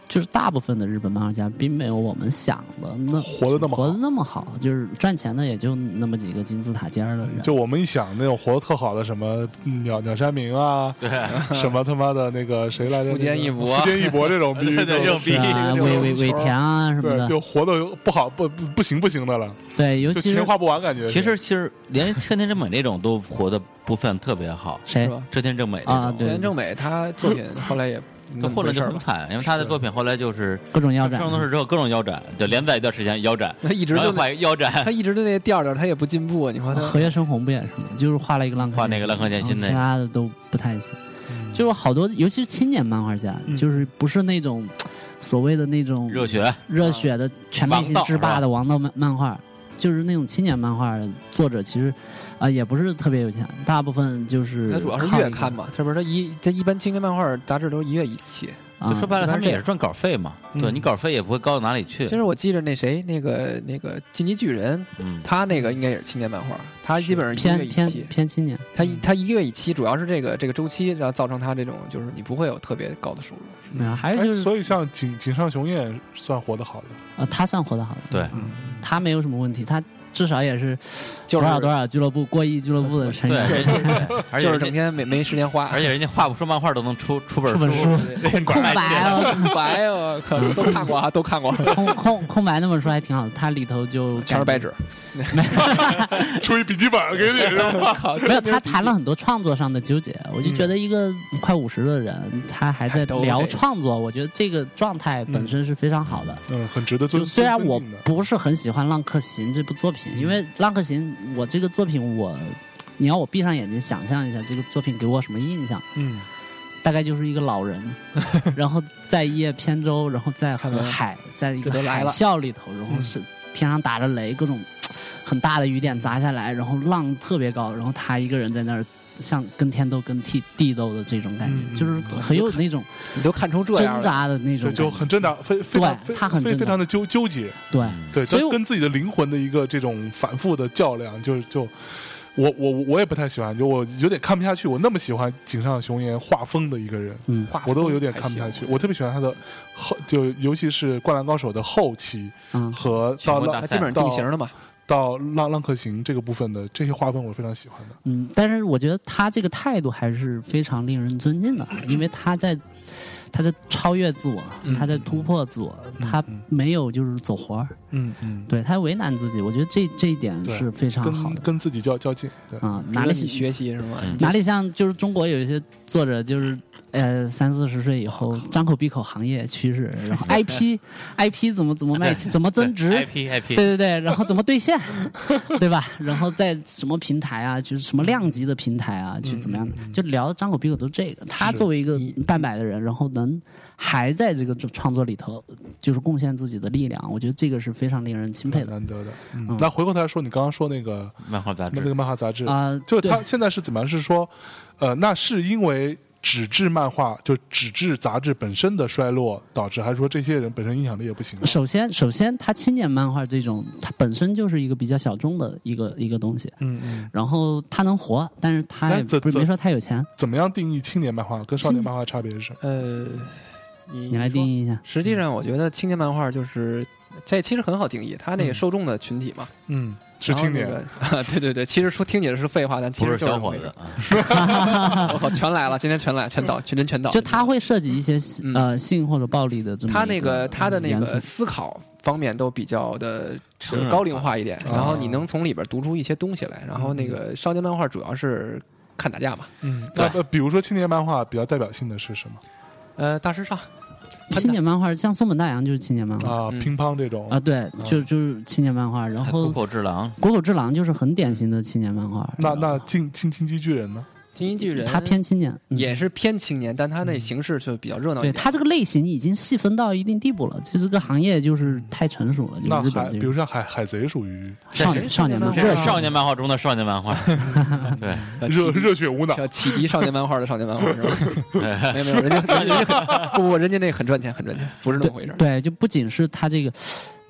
就是大部分的日本漫画家并没有我们想的那活得那么好活得那么好，就是赚钱的也就那么几个金字塔尖儿的人。 就我们一想那种活得特好的什么鸟鸟山明啊， 对， 什么他妈的那个谁来着？ 富坚义博富坚义博这种逼， 对对这种逼是啊， 这个尾尾尾田啊什么对， 的， 就活得不好不不不行不行的了， 对，尤其是就钱花不完感觉。 其实其实连车田正美这种都活得不算特别好， 谁是吧？ 车田正美这种啊对原正美他作品后来也他混的就很吧， 惨，因为他的作品后来就是各种腰斩上东市之后各种腰斩，就连载一段时间腰斩， 他一直然后就画一个腰斩， 他一直就那调调，他也不进步。你说他河月生红不也是吗？就是画了一个浪客画那个浪客剑心然后那个其他的都不太行。就是好多，尤其是青年漫画家， 嗯就是不是那种所谓的那种热血热血的全明星制霸的王道漫漫画，就是那种青年漫画作者，其实啊、呃、也不是特别有钱，大部分就是他主要是靠一个月刊嘛，这不是他一他一般青年漫画杂志都是一月一期。 啊就说白了， 一般是这样他们也是赚稿费嘛。 嗯对你稿费也不会高到哪里去其。实我记着那谁那个那个进击巨人， 嗯， 他那个应该也是青年漫画，他基本上一个偏偏月一期。 偏青年。 他一他一个月一期，主要是这个这个周期，然后造成他这种就是你不会有特别高的收入。 没有，还哎是就是所以像井井上雄彦算活得好的， 呃，他算活得好的， 对， 他没有什么问题，他至少也是就是多少多少俱乐部过亿俱乐部的成对， 员， 人家而且就是人家整天没没时间花， 而且人家画不出漫画都能出出本出本书对空空白哦， 空白我靠，都看过啊，都看过， 空空空白那本书还挺好的，它里头就全是白纸。 出一笔记本给你是吧？ 靠， 没有，他谈了很多创作上的纠结，我就觉得一个快五十的人，他还在聊创作，我觉得这个状态本身是非常好的。 嗯，很值得尊。 就虽然我尊敬的不是很喜欢《浪客行》这部作品，因为《浪客行》我这个作品我，你要我闭上眼睛想象一下这个作品给我什么印象， 嗯大概就是一个老人，然后在一叶扁舟，然后在和海，在一个海这都来了啸里头，然后是天上打着雷，各种很大的雨点砸下来，然后浪特别高，然后他一个人在那儿像跟天斗跟地地斗的这种感觉， 嗯就是很有那种你都看出这样了， 挣扎的那种就感觉， 就很挣扎，非非常非对他很挣扎非非常的纠纠结， 对。 对， 所以我跟跟自己的灵魂的一个这种反复的较量，就就我我我也不太喜欢，就我有点看不下去。我那么喜欢井上雄彦画风的一个人， 嗯画我都有点风看不下去。 还行我特别喜欢他的后，就尤其是《灌篮高手》的后期嗯， 和到浪全国大赛他基本上定型了嘛。 到浪浪客行这个部分的这些画风，我非常喜欢的。 嗯，但是我觉得他这个态度还是非常令人尊敬的，因为他在他在超越自我，他在突破自我，他没有就是走活儿， 嗯嗯， 对他为难自己，我觉得这这一点对是非常好跟的跟自己较较劲，对， 啊、哪里值得你学习是吗？ 嗯哪里像就是中国有一些作者就是。呃，三四十岁以后，张口闭口行业趋势，然后 I P I P 怎么怎么卖，怎么增值， I P I P， 对对对，然后怎么兑现，对吧？然后在什么平台啊，就是什么量级的平台啊，去怎么样？就聊张口闭口都这个。他作为一个半百的人，然后能还在这个创作里头，就是贡献自己的力量，我觉得这个是非常令人钦佩的难得的。嗯，那回过头来说，你刚刚说那个漫画杂志那那个漫画杂志啊。 就是他对现在是怎么样？是说，呃，那是因为纸质漫画就纸质杂志本身的衰落导致，还是说这些人本身影响力也不行了？ 首先，首先，他青年漫画这种，它本身就是一个比较小众的一个一个东西。 嗯嗯， 然后它能活，但是它也但这这不是没说它有钱。 怎么样定义青年漫画跟少年漫画差别是什么？ 呃，你你来定。义一下。 实际上，我觉得青年漫画就是这其实很好定义，它那个受众的群体嘛， 嗯，是青年。 然后那个啊，对对对，其实说听起来是废话，但其不实就是是小伙子这么啊， 回事。我靠，全来了，今天全来，全倒，全真全倒。 就他会涉及一些嗯呃性或者暴力的这么他那一个个他的那元素个思考方面都比较的成人化高龄化一点， 啊然后你能从里边读出一些东西来。然后那个少年漫画主要是看打架嘛， 嗯，那呃比如说青年漫画比较代表性的是什么呃，大师上青年漫画，像松本大洋就是青年漫画啊？ 嗯乒乓这种啊，对，就就是青年漫画。然还谷后口治郎， 国口之狼就是很典型的青年漫画。 那那进进进击巨人呢？ 金鹰巨人， 他偏青年，嗯也是偏青年，但他那形式就比较热闹一点。 对他这个类型已经细分到一定地步了，就这个行业就是太成熟了，就那是日本这个海比如说海海贼属于少年少年漫画， 这是热血少年漫画中的少年漫画，对， 呃热启迪热血无脑， 叫启迪少年漫画的少年漫画是吧？没有没有，人家人家人家很不不，人家那个很赚钱，很赚钱，不是那么回事。 对，就不仅是他这个。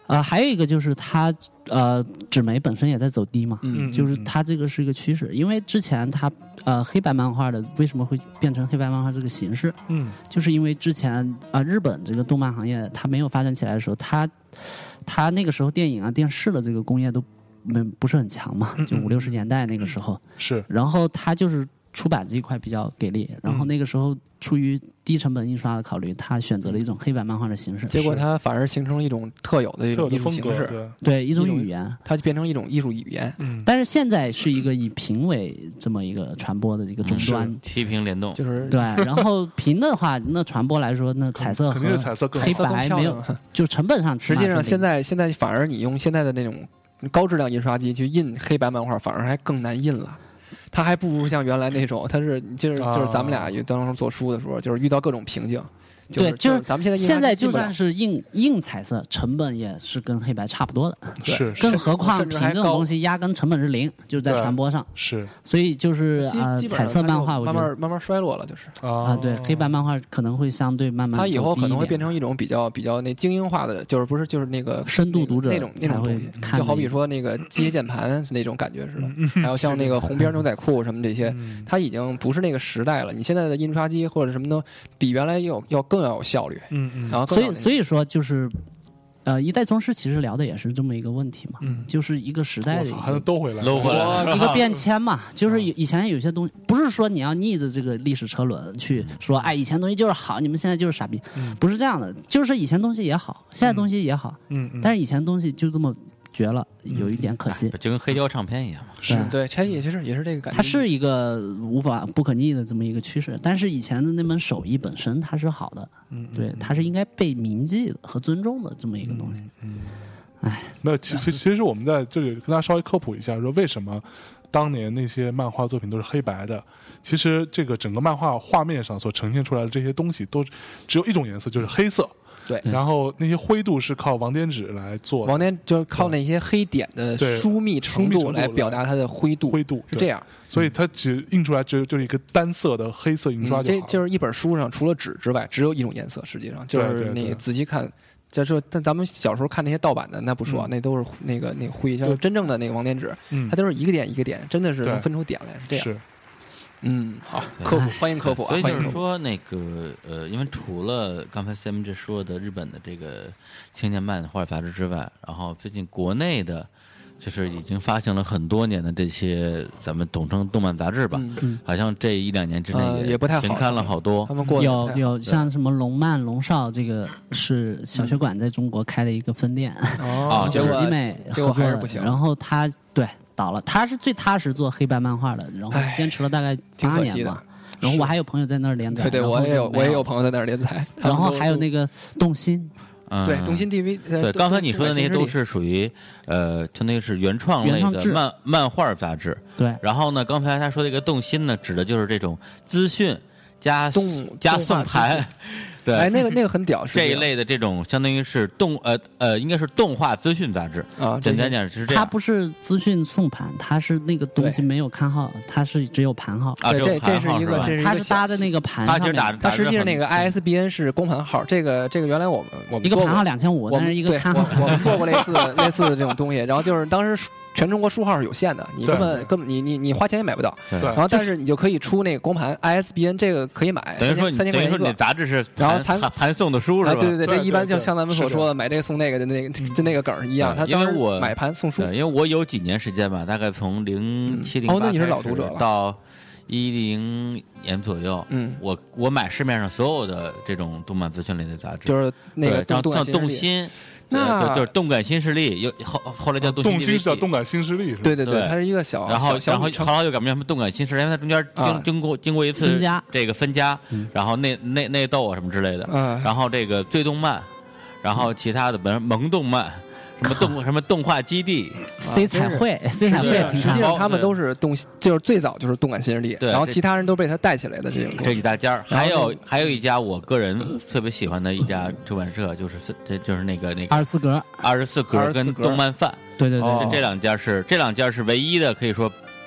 呃，还有一个就是它呃纸媒本身也在走低嘛， 嗯就是它这个是一个趋势，因为之前它呃黑白漫画的为什么会变成黑白漫画这个形式， 嗯就是因为之前啊、呃、日本这个动漫行业它没有发展起来的时候，它它那个时候电影啊电视的这个工业都没不是很强嘛，就五六十年代那个时候， 是然后它就是出版这一块比较给力，然后那个时候出于低成本印刷的考虑，他选择了一种黑白漫画的形式， 结果它反而形成了一种特有的一特有种艺的风格， 术形式， 对， 对一种一种语言。 它就变成一种艺术语言， 嗯， 但是现在是一个以屏为这么一个传播的一个终端， 七屏联动， 就是对。然后屏的话，那传播来说，那彩色肯定是和彩色更好黑色更白没有漂亮， 就成本上起实际上码是零现在现在反而你用现在的那种高质量印刷机去印黑白漫画，反而还更难印了。它还不如像原来那种，它是就是就是咱们俩当时做书的时候，就是遇到各种瓶颈。就是、 对，就是咱们现在印刷机现在就进不了算是印印彩色，成本也是跟黑白差不多的。 是更何况甚至还高屏这种东西压根成本是零，就是在对传播上， 是所以就是基呃基本上彩色漫画， 它就我觉得慢慢慢慢衰落了，就是啊啊，对黑白漫画可能会相对慢慢它以后走低一点可能会变成一种比较比较那精英化的，就是不是就是那个深度读者那种那才会种东西， 看那个就好比说那个机械键盘那种感觉似的，还有像那个红边牛仔裤什么这些， 嗯它已经不是那个时代了。你现在的印刷机或者什么都比原来要要更要有效率， 嗯嗯然后更所以要那所以说就是，呃，一代宗师其实聊的也是这么一个问题嘛， 嗯就是一个时代我操，还的一个能兜回来， 搂回来一个变迁嘛，就是以以前有些东西，不是说你要逆着这个历史车轮去说，哎，以前东西就是好，你们现在就是傻逼，不是这样的，就是以前东西也好，现在东西也好， 嗯嗯， 但是以前东西就这么绝了，有一点可惜。 就跟黑胶唱片一样嘛。 是对，它也就是也是这个感觉。 它是一个无法不可逆的这么一个趋势，但是以前的那门手艺本身它是好的， 嗯对，它是应该被铭记的和尊重的这么一个东西。 没有，其其其实我们在这里跟大家稍微科普一下，说为什么当年那些漫画作品都是黑白的。其实这个整个漫画画面上所呈现出来的这些东西，都只有一种颜色，就是黑色。 对然后那些灰度是靠网点纸来做的， 王天就是靠那些黑点的对疏密程疏密程度度来表达它的灰度， 灰度对是这样。 所以它只印出来只有就是一个单色的黑色印刷嗯就好了。 这就是一本书上除了纸之外，只有一种颜色，实际上就是你对对对仔细看。就是，但咱们小时候看那些盗版的，那不说， 嗯那都是那个那个灰， 对就是真正的那个网点纸， 嗯它都是一个点一个点，真的是对能分出点来，是这样。 是嗯，好，科普，欢迎科普啊， 所以欢迎科普。 就是说，那个呃，因为除了刚才 Sam 这说的日本的这个青年漫画杂志之外，然后最近国内的，就是已经发行了很多年的这些咱们统称动漫杂志吧， 嗯嗯好像这一两年之内呃也不太好停刊了好多他。们过得有不太好有像什么龙漫、龙少，这个是小学馆在中国开的一个分店， 哦，结跟果集美结果合作的还是不行。 然后他对倒了，他是最踏实做黑白漫画的，然后唉坚持了大概挺可惜的八年吧。然后我还有朋友在那儿连载， 对对， 然后我也有我也就没有有朋友在那儿连载，他然后们都还有那个动心， 嗯， 对动心 T V，呃对， 动刚才你说的那些都动是属于呃，相当于是原创类的原创制漫漫画杂志。 对， 然后呢，刚才他说这个动心呢，指的就是这种资讯加动加动画资送盘讯， 对， 哎，那个那个很屌， 这一类的这种相当于是动呃呃，应该是动画资讯杂志。 啊， 简单这讲是这样它不是资讯送盘，它是那个东西没有刊号，它是只有盘号， 啊， 对这有盘号吧这是一个这是一它个小是搭在那个盘上面， 它其实打它实际上那个 I S B N 是光盘号，这个这个原来我们我们做过一个盘号两千五， 我们但是一个对刊号我我们做过类似类似的这种东西，然后就是当时全中国书号是有限的，你根对本根本你你你花钱也买不到， 对对然后但是你就可以出那个光盘 I S B N， 这个可以买， 等于说你三千块钱一个等于说你的。杂志是然后残盘盘盘送的书是啊， 吧？ 对对对， 对这一般就对对像咱们所是这说的买这个送那个的那个，就那个梗儿一样。 对他当时因为我买盘送书， 对，因为我有几年时间吧，大概从零七零哦那你是老读者了到一零年左右， 嗯我我买市面上所有的这种动漫资讯类的杂志， 就是那个对像动像动动心， 心， 那对就是动感新势力，有后后来叫动动心心是叫 D V D 动感新势力，是吧？ 对对对， 对它是一个小然后小小米称然后后来又改名什么动感新势力，因为它中间经、 啊经过经过一次分家这个分家，然后内内内斗啊什么之类的， 嗯然后这个最动漫，然后其他的，比如萌动漫，什么动什么动画基地， C 彩绘，C 彩绘也挺实际好。 上他们都是动，就是最早就是动感新势力，然后对这其他人都被他带起来的这种东这西。 几大家儿， 然后还有那还有一家我个人特别喜欢的一家出版社，就是这就是那个那个二十四格， 二十四格二十四跟格动漫饭， 对对对， 哦这这两家是这两家是唯一的可以说不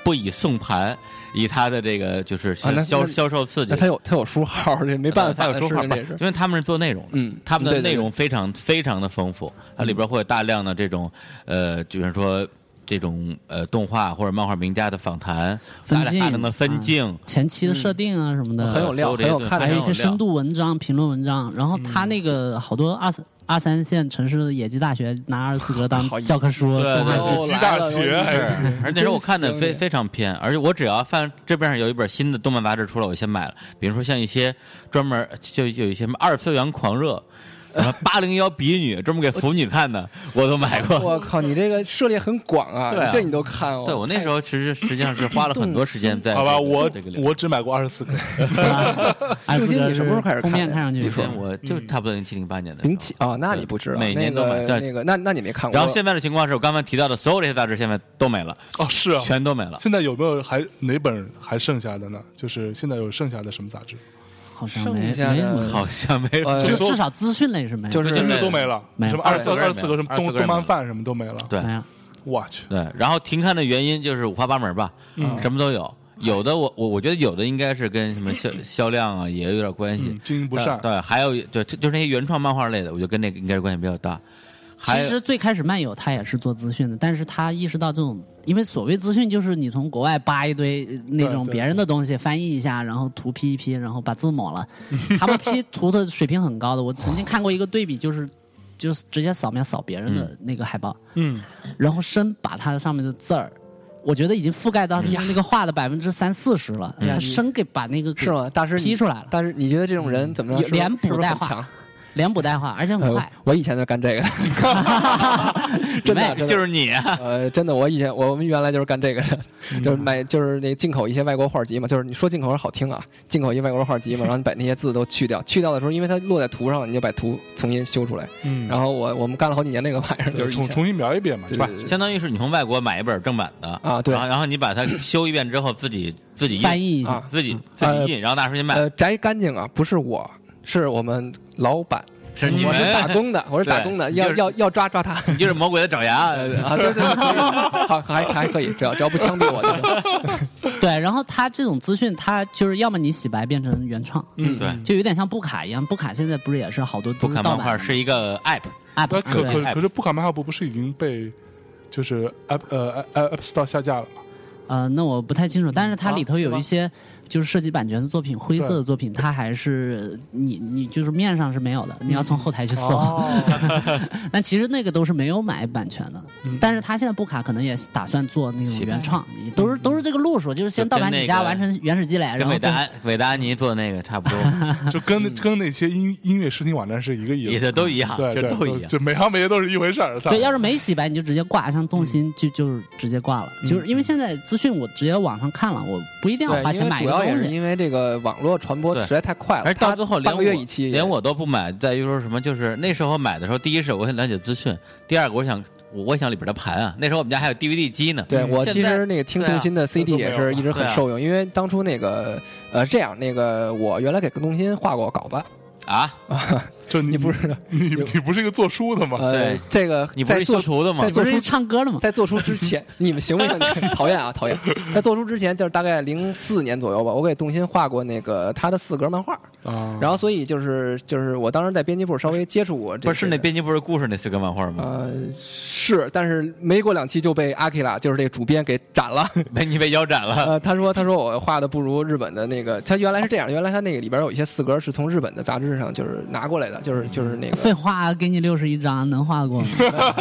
不以送盘，以他的这个就是销、 啊那销那销售刺激那。他有他有书号，这没办法的他有说法吧， 事情这是。 因为他们是做内容的， 嗯他们的对对对内容非常非常的丰富，它里边会有大量的这种呃，就是说这种呃动画或者漫画名家的访谈，大分镜大量的分镜， 前期的设定啊什么的， 很有料， 所有这些很有看的， 还有一些很有料深度文章、评论文章。然后他那个好多二三二三线城市的野鸡大学拿二十四格当好意思教科书， 对对动画系哦鸡大来了学还是而且那时候我看的非真行非常偏，而且我只要翻这边上有一本新的动漫杂志出来，我先买了。比如说像一些专门就就有一些什么二次元狂热，然后八零幺比女专门给腐女看的，我都买过。 我靠，你这个涉猎很广啊， 对啊这你都看哦。 对我那时候其实实际上是花了很多时间在好吧， 这个我这个里面我只买过二十四个， 二十四格陆金你什么时候开始封面看的看上去以前我就差不多零七零八年的时候零七啊，那你不知道， 每年都买对那个那个，那那你没看过。 然后现在的情况是我刚才提到的所有这些杂志现在都没了， 哦，是啊， 全都没了。 现在有没有还哪本还剩下的呢？就是现在有剩下的什么杂志？ 好像没剩下的没什么， 好像没呃至说至少资讯类是没有， 就是这个现在都没了， 没有什么二十四二十二十四个什么二十四个动动漫饭什么都没了。 对没有。 我去， 对，然后停刊的原因就是五花八门吧，什么都有。有的我我我觉得有的应该是跟什么销销量啊也有点关系嗯，经营不善对，对还有对就就是那些原创漫画类的，我觉得跟那个应该是关系比较大。还有其实最开始漫友他也是做资讯的，但是他意识到这种，因为所谓资讯就是你从国外扒一堆呃那种对对别人的东西，翻译一下，然后图 P 一 P，然后把字抹了。他们 P 图的水平很高的，我曾经看过一个对比，就是就是直接扫描扫别人的那个海报， 嗯， 然后深把它上面的字儿。我觉得已经覆盖到那个画的百分之三四十了，他深给把那个给是吗？大师你批出来了， 但是你觉得这种人怎么样？ 有连补是不是带画很强？ 连补带画，而且很快呃。我以前就干这个的，真的真的就是你啊， 呃，真的，我以前我们原来就是干这个的，就是买就是那进口一些外国画集嘛，就是你说进口是好听啊，进口一些外国画集嘛，然后你把那些字都去掉，去掉的时候，因为它落在图上，你就把图重新修出来。 嗯然后我我们干了好几年那个玩意儿，就是以前重重新描一遍嘛，是吧？ 对对对相当于是你从外国买一本正版的啊对然后然后你把它修一遍之后自己自己印翻译一下啊， 自己自己印，然后拿出去卖， 呃摘干净啊，不是我，是我们老板。 是你们我是打工的，我是打工的， 对就是要要要抓抓他。 你就是魔鬼的爪牙。 呃啊，对对对，可以好还还可以，只要只要不枪毙我就行。 对，然后他这种资讯，他就是要么你洗白变成原创， 嗯， 对， 就有点像布卡一样。布卡现在不是也是好多不都是看漫画盗版的是一个 app， app， 那可对可可是布卡漫画部不是已经被就是 App 呃 App App Store 下架了吗？ 呃，那我不太清楚，但是它啊里头有一些就是涉及版权的作品，灰色对的作品，它还是你你就是面上是没有的，你要从后台去搜。 哦， 但其实那个都是没有买版权的， 嗯但是他现在布卡可能也打算做那种原创，都是都是这个路数，就是先盗版几家完成原始积累，然跟韦达后最后安韦达安妮做那个差不多， 就跟跟那些音音乐视听网站是一个意思， 意思都一样， 对对， 这都一样。 就每行每业都是一回事儿。操对，要是没洗白你就直接挂，像动心就就是直接挂了，就是因为现在资讯我直接网上看了，我不一定要对，因为花钱买一主要也是个东西。 因为这个网络传播对实在太快了， 而到它最后连半个月我一期， 连我都不买，在于说什么，就是那时候买的时候，第一是我很了解资讯，第二个我想我我想里边的盘啊，那时候我们家还有 D V D 机呢。 对我现在其实那个听对啊动心的 C D 这都没有也是一直很对啊受用，因为当初那个呃这样，那个我原来给更动心画过稿子， 啊， 就你你不是你你不是一个做书的吗？ 呃对这个你不是在做修图的吗在？做出不是唱歌的吗？ 在做出之前，你们行不行？讨厌啊，讨厌！在做出之前，就是大概零四年左右吧，我给动心画过那个他的四格漫画， 啊， 然后所以就是就是我当时在编辑部稍微接触过这些， 不是那编辑部的故事那四个漫画吗？ 呃是，但是没过两期就被阿 K 拉就是这个主编给斩了。 被你被腰斩了。 呃，他说他说我画的不如日本的那个，他原来是这样，原来他那个里边有一些四格是从日本的杂志上就是拿过来的，就是就是那个废话，给你六十一张，能画过吗？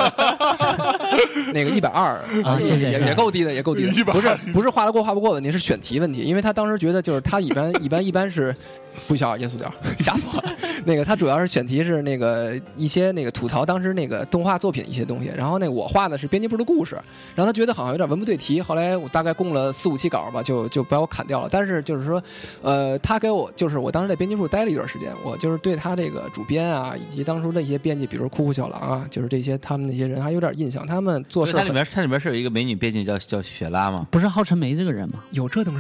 那个一百二啊谢谢也谢谢也够低的，也够低的， 一百二不是不是画得过画不过问题，是选题问题，因为他当时觉得就是他一般一般一般是。不需要严肃点儿，吓死我了。那个他主要是选题是那个一些那个吐槽当时那个动画作品一些东西，然后那个我画的是编辑部的故事，然后他觉得好像有点文不对题，后来我大概供了四五期稿吧，就就把我砍掉了。但是就是说，呃，他给我就是我当时在编辑部待了一段时间，我就是对他这个主编啊，以及当初的一些编辑，比如酷酷小狼啊，就是这些他们那些人还有点印象，他们做事很所以它里面它里面是有一个美女编辑叫叫雪拉吗？ 不是浩辰梅这个人吗？ 有这等事。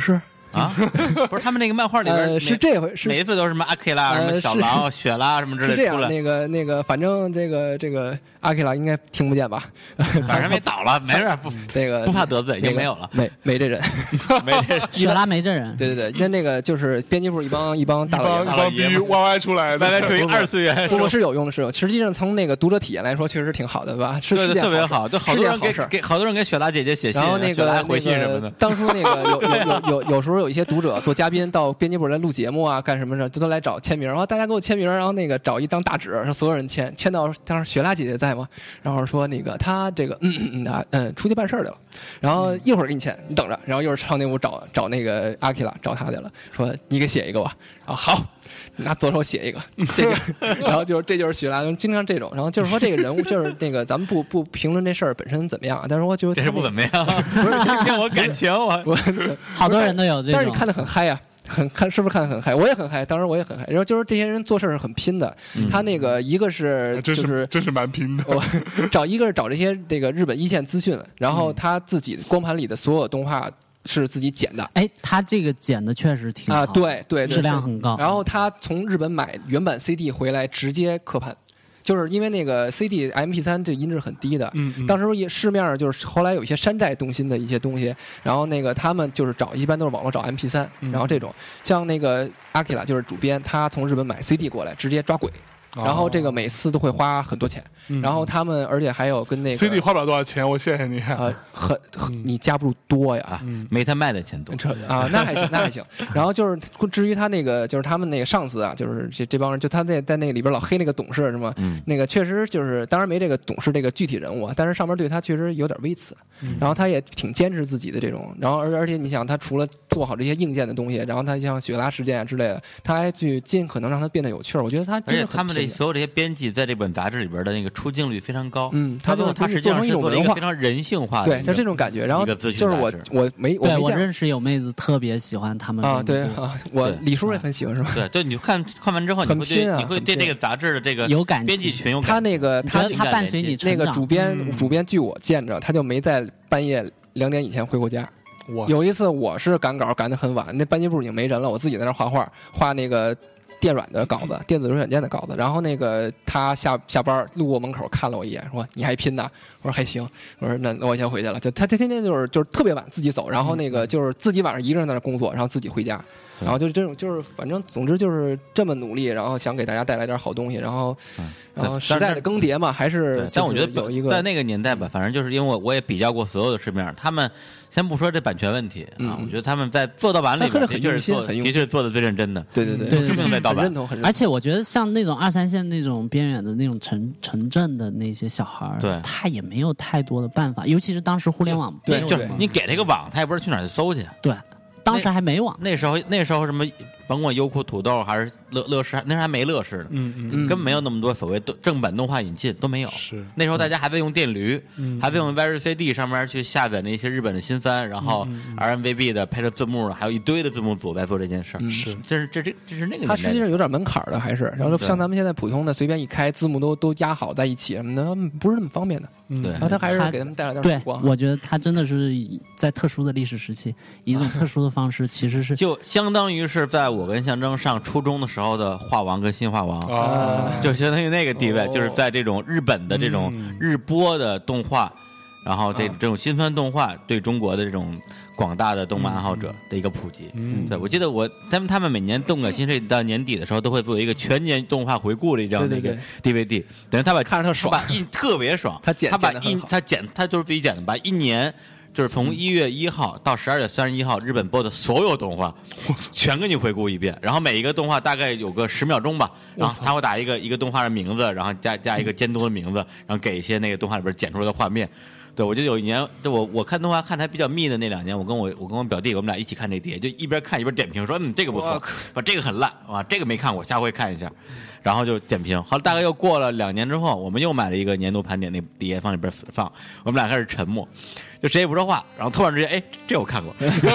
啊，不是他们那个漫画里边每呃是这回是每一次都是什么阿 K 拉、什么呃小狼、雪拉什么之是这样， 类的出来， 那个那个，反正这个这个阿 K 拉应该听不见吧？ 反正没倒了，没事，不这个不怕得罪，已经那个没有了， 没没这人。 没这雪拉没这人， 对对对，那那个就是编辑部一帮一帮一大老爷们。 帮一帮逼 Y Y 出来的， 歪歪出一二次元， 不过是有用的，是有。实际上从那个读者体验来说，确实挺好的，对吧？是对对， 是件特别好， 好事， 就好多人给是件好事儿给好多人给雪拉姐姐写信， 然后那个雪拉回信什么的那个，，当初那个有有有有有时候有一些读者做嘉宾到编辑部来录节目啊，干什么的，就都来找签名，然后大家给我签名，然后那个找一张大纸，让所有人签，签到当时雪拉姐姐在吗？然后说那个她这个嗯嗯嗯啊嗯出去办事儿去了，然后一会儿给你签，你等着，然后一会儿上那屋找找那个阿 K 拉找他去了，说你给写一个吧，然后好。拿左手写一个，这就，然后就是这就是雪拉，经常这种，然后就是说这个人物就是那个，咱们不不评论这事儿本身怎么样，但是我觉得这是不怎么样，不是今天我感情我。 我好多人都有这种。 但是你看的很嗨呀、很看是不是看的很嗨？我也很嗨，当时我也很嗨。然后就是这些人做事是很拼的，他那个一个是就真是真是蛮拼的。 我找一个是找这些这个日本一线资讯，然后他自己光盘里的所有动画是自己剪的。 哎，他这个剪的确实挺好啊，对对，对质量很高。 然后他从日本买原版 C D 回来，直接刻盘，就是因为那个 C D M P 三这音质很低的， 嗯嗯当时也市面上就是后来有一些山寨动心的一些东西，然后那个他们就是找一般都是网络找 M P 三， 嗯然后这种像那个阿 Kira 就是主编，他从日本买 C D 过来，直接抓轨。然后这个每次都会花很多钱， 嗯然后他们而且还有跟那个 C D 花不了多少钱，我谢谢你。 呃很很你加不住多呀， 啊，没他卖的钱多。 这啊，那还行，那还行。然后就是至于他那个，就是他们那个上司啊，就是这这帮人，就他在在那个里边老黑那个董事是吗？ 嗯那个确实就是，当然没这个董事这个具体人物啊，但是上面对他确实有点微词。然后他也挺坚持自己的这种，然后而而且你想，他除了做好这些硬件的东西，然后他像雪拉事件啊之类的，他还去尽可能让它变得有趣儿。我觉得他而真的很且他们这拼的所有这些编辑在这本杂志里边的那个出镜率非常高， 嗯他他就他实际上做成一是做了一个种文化非常人性化的对， 一个， 就这种感觉。然后一个资讯就是我杂志我没我对我没见认识有妹子特别喜欢他们啊，对编辑部啊，我对李叔也很喜欢是吧？ 对，就你看看完之后，你会对很拼啊你会很拼对这个杂志的这个有感情编辑群有感情。 他那个他你觉得他伴随你成长那个主编、 嗯主编，据我见着，他就没在半夜两点以前回过家。 我有一次我是赶稿赶得很晚，那班级部已经没人了，我自己在那儿画画，画那个电软的稿子，电子软件的稿子。然后那个他下下班路过门口看了我一眼，说你还拼呢？我说还行。我说那那我先回去了。就他他天天就是就是特别晚自己走，然后那个就是自己晚上一个人在那儿工作，然后自己回家。然后就是这种，就是反正总之就是这么努力，然后想给大家带来点好东西，然后，然后时代的更迭嘛，还是对，但我觉得有一个在那个年代吧，反正就是因为我我也比较过所有的市面，他们先不说这版权问题嗯啊，我觉得他们在做盗版里边他可是很的确是做， 用心很用的确是做的最认真的。 对对对对对生命在盗版很认，同，很认同。 而且我觉得像那种二三线那种边远的那种城城镇的那些小孩儿， 对他也没有太多的办法，尤其是当时互联网对就是没有什么你给他一个网，他也不知道去哪儿去搜去。 对，当时还没网， 那时候那时候什么，甭管优酷、土豆还是乐乐视，那时候还没乐视呢， 嗯嗯嗯根本没有那么多所谓正版动画引进都没有。 是那时候大家还在用电驴， 嗯还在用 V R C D 上面去下载那些日本的新番，然后 R M V B 的配着字幕，还有一堆的字幕组在做这件事儿。 是这是这这这是那个年代的它实际上有点门槛儿的，还是然后对像咱们现在普通的随便一开，字幕都都压好在一起什么的，嗯不是那么方便的。 嗯对然后它还是它给他们带来点对曙光。 我觉得他真的是以在特殊的历史时期，以一种特殊的方式，其实是就相当于是在我跟象征上初中的时候的画王跟新画王， 啊， 就相当于那个地位， 哦就是在这种日本的这种嗯日播的动画，然后这啊这种新番动画对中国的这种广大的动漫爱好者的一个普及。 嗯对，我记得我他们他们每年动感新世界到年底的时候，都会做一个全年动画回顾的一张那个对对 D V D，等于他把看着特爽他把一特别爽， 他剪他把剪得很好一他剪他就是自己剪的，把一年。就是从一月一号到十二月三十一号，日本播的所有动画，全给你回顾一遍。然后每一个动画大概有个十秒钟吧，然后他会打一个一个动画的名字，然后加加一个监督的名字，然后给一些那个动画里边剪出来的画面。对，我记得有一年，就我我看动画看的还比较密的那两年，我跟我我跟我表弟，我们俩一起看这碟，就一边看一边点评，说嗯这个不错哇， 把这个很烂啊，这个没看过，下回看一下，然后就点评。后来大概又过了两年之后，我们又买了一个年度盘点那碟放里边放，我们俩开始沉默，就谁也不说话，然后突然之间，哎，这我看过，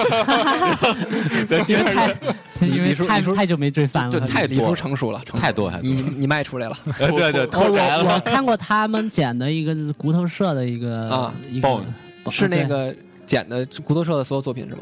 因为太因为李叔李叔太太久没追番了， 对太李多了叔成熟了，成熟了太多太多你你迈出来了。 呃对对， 哦， 突然我我了， 看过他们剪的一个就是骨头社的一个啊一个爆爆是那对个剪的骨头社的所有作品是吗？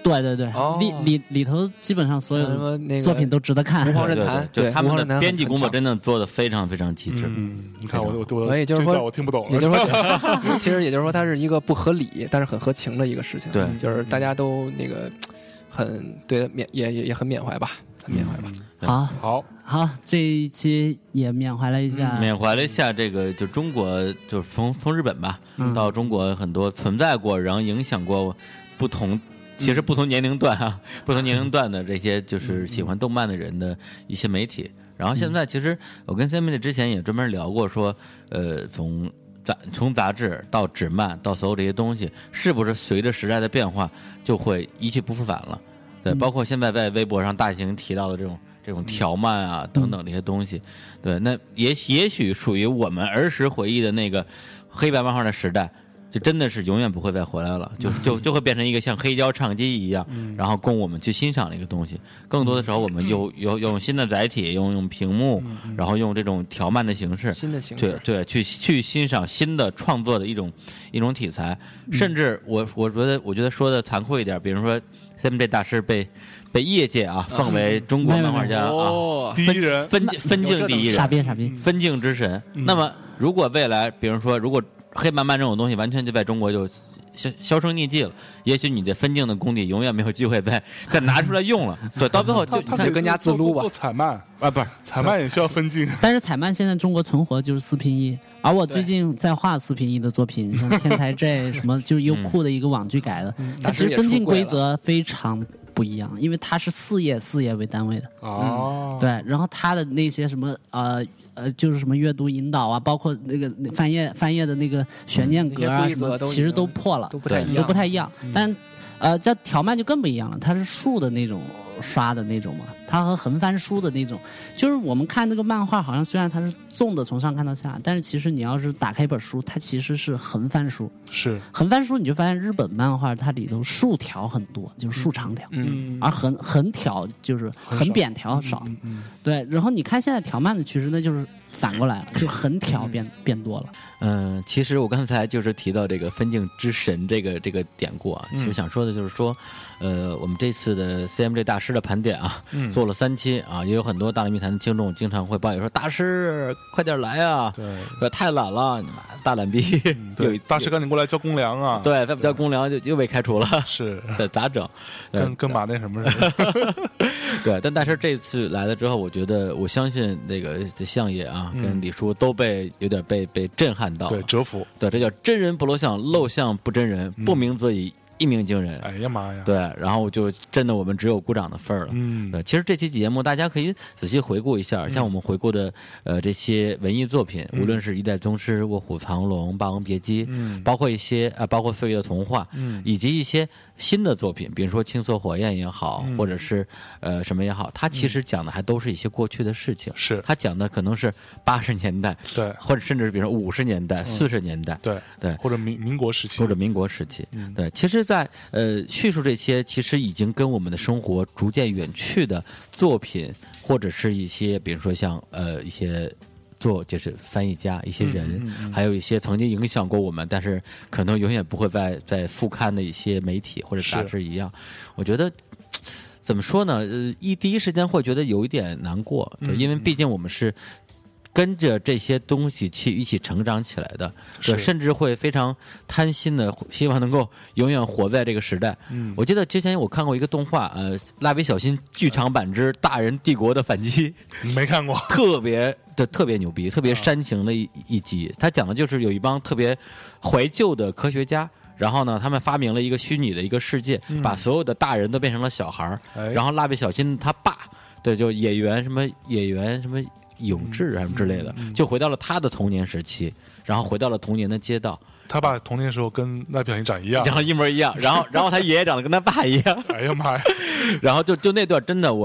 对对对， 哦里里里头基本上所有什么那个作品都值得看。 无皇对论坛， 对，就他们的无皇论坛编辑工作很强真的做的非常非常极致。 嗯，你看我我我所以就是说这段我听不懂了， 也就是说，其实也就是说，它是一个不合理，但是很合情的一个事情。 对就是大家都那个很对缅也也也很缅怀吧，很缅怀吧。 好， 好， 好，这一期也缅怀了一下， 缅怀了一下这个，就中国，就是从从日本吧、 嗯到中国很多存在过，然后影响过不同，其实不同年龄段啊，不同年龄段的这些就是喜欢动漫的人的一些媒体。然后现在其实我跟三妹之前也专门聊过说，呃，从杂从杂志到纸漫到所有这些东西，是不是随着时代的变化就会一去不复返了？对，包括现在在微博上大型提到的这种这种条漫啊等等这些东西，对，那也也许属于我们儿时回忆的那个黑白漫画的时代，就真的是永远不会再回来了，就就就会变成一个像黑胶唱机一样，然后供我们去欣赏的一个东西。更多的时候，我们有有用新的载体，用用屏幕，然后用这种条漫的形式， 新的形式， 对对，去去欣赏新的创作的一种一种题材，甚至我我觉得我觉得说的残酷一点，比如说咱们这大师被被业界啊奉为中国漫画家啊哦， 第一人， 分分镜第一人， 傻逼傻逼， 分镜之神。那么如果未来，比如说如果黑漫漫这种东西完全就在中国就销销声匿迹了，也许你这分镜的功底永远没有机会再再拿出来用了。对，到最后就你看他他得更加自撸吧做做彩漫， 啊，不是彩漫也需要分镜。 但是彩漫现在中国存活就是四拼一，而我最近在画四拼一的作品，像《天才 J》什么，就是优酷的一个网剧改的，它其实分镜规则非常不一样，因为它是四页四页为单位的， 哦， 对，然后它的那些什么呃呃，就是什么阅读引导啊，包括那个那翻页翻页的那个悬念格啊什么， 那些规则都其实都破了， 都不太一样， 都不太一样。但呃，这条漫就更不一样了，它是竖的那种刷的那种嘛，它和横翻书的那种，就是我们看这个漫画，好像虽然它是纵的从上看到下，但是其实你要是打开一本书，它其实是横翻书。 是， 横翻书你就发现日本漫画它里头竖条很多，就是竖长条， 嗯， 而横横条就是横扁条少。 嗯嗯对，然后你看现在条漫的趋势，那就是反过来了，就横条变变多了。 嗯，其实我刚才就是提到这个分镜之神这个这个典故啊，其实想说的就是说，呃，我们这次的 C M J 大师的盘点啊， 嗯做了三期啊，也有很多大内密谈的听众经常会抱怨说，大师快点来啊， 对呃太懒了，你妈大懒逼，有对，大师赶紧过来交公粮啊！， 对，再不交公粮就又被开除了， 是对，咋整？对跟跟马那什么似的。 对，但大师这次来了之后，我觉得我相信那个这相爷啊，跟李叔都被有点被被震撼到了， 对，折服。 对，这叫真人不露相，露相不真人，不鸣则已，一鸣惊人。 哎呀妈呀！ 对，然后就真的我们只有鼓掌的份儿了。 嗯对，其实这期节目大家可以仔细回顾一下，像我们回顾的呃这些文艺作品，无论是《一代宗师》《卧虎藏龙》《霸王别姬》， 嗯包括一些啊、呃，包括《岁月的童话》， 嗯以及一些新的作品，比如说《青色火焰》也好，或者是呃什么也好，它其实讲的还都是一些过去的事情。 是它讲的可能是八十年代， 对或者甚至是比如说五十年代、四十年代， 对对或者民民国时期， 或者民国时期，对，其实在，呃叙述这些，其实已经跟我们的生活逐渐远去的作品，或者是一些，比如说像呃一些做就是翻译家一些人，还有一些曾经影响过我们，但是可能永远不会再再复刊的一些媒体或者杂志一样，我觉得。怎么说呢？呃，一第一时间会觉得有一点难过，对，因为毕竟我们是跟着这些东西去一起成长起来的，对， 是甚至会非常贪心的，希望能够永远活在这个时代。 嗯我记得之前我看过一个动画，呃，《蜡笔小新剧场版之大人帝国的反击》， 没看过。 特别的特别牛逼，特别煽情的一一集。它讲的就是有一帮特别怀旧的科学家。然后呢，他们发明了一个虚拟的一个世界，把所有的大人都变成了小孩儿。 哎然后蜡笔小新他爸，对，就演员什么演员什么永志什么之类的，就回到了他的童年时期，然后回到了童年的街道， 他爸童年时候跟蜡笔小新长一样。 长得一模一样。然后，然后他爷爷长得跟他爸一样。 哎呀妈呀！ 然后就就那段真的我。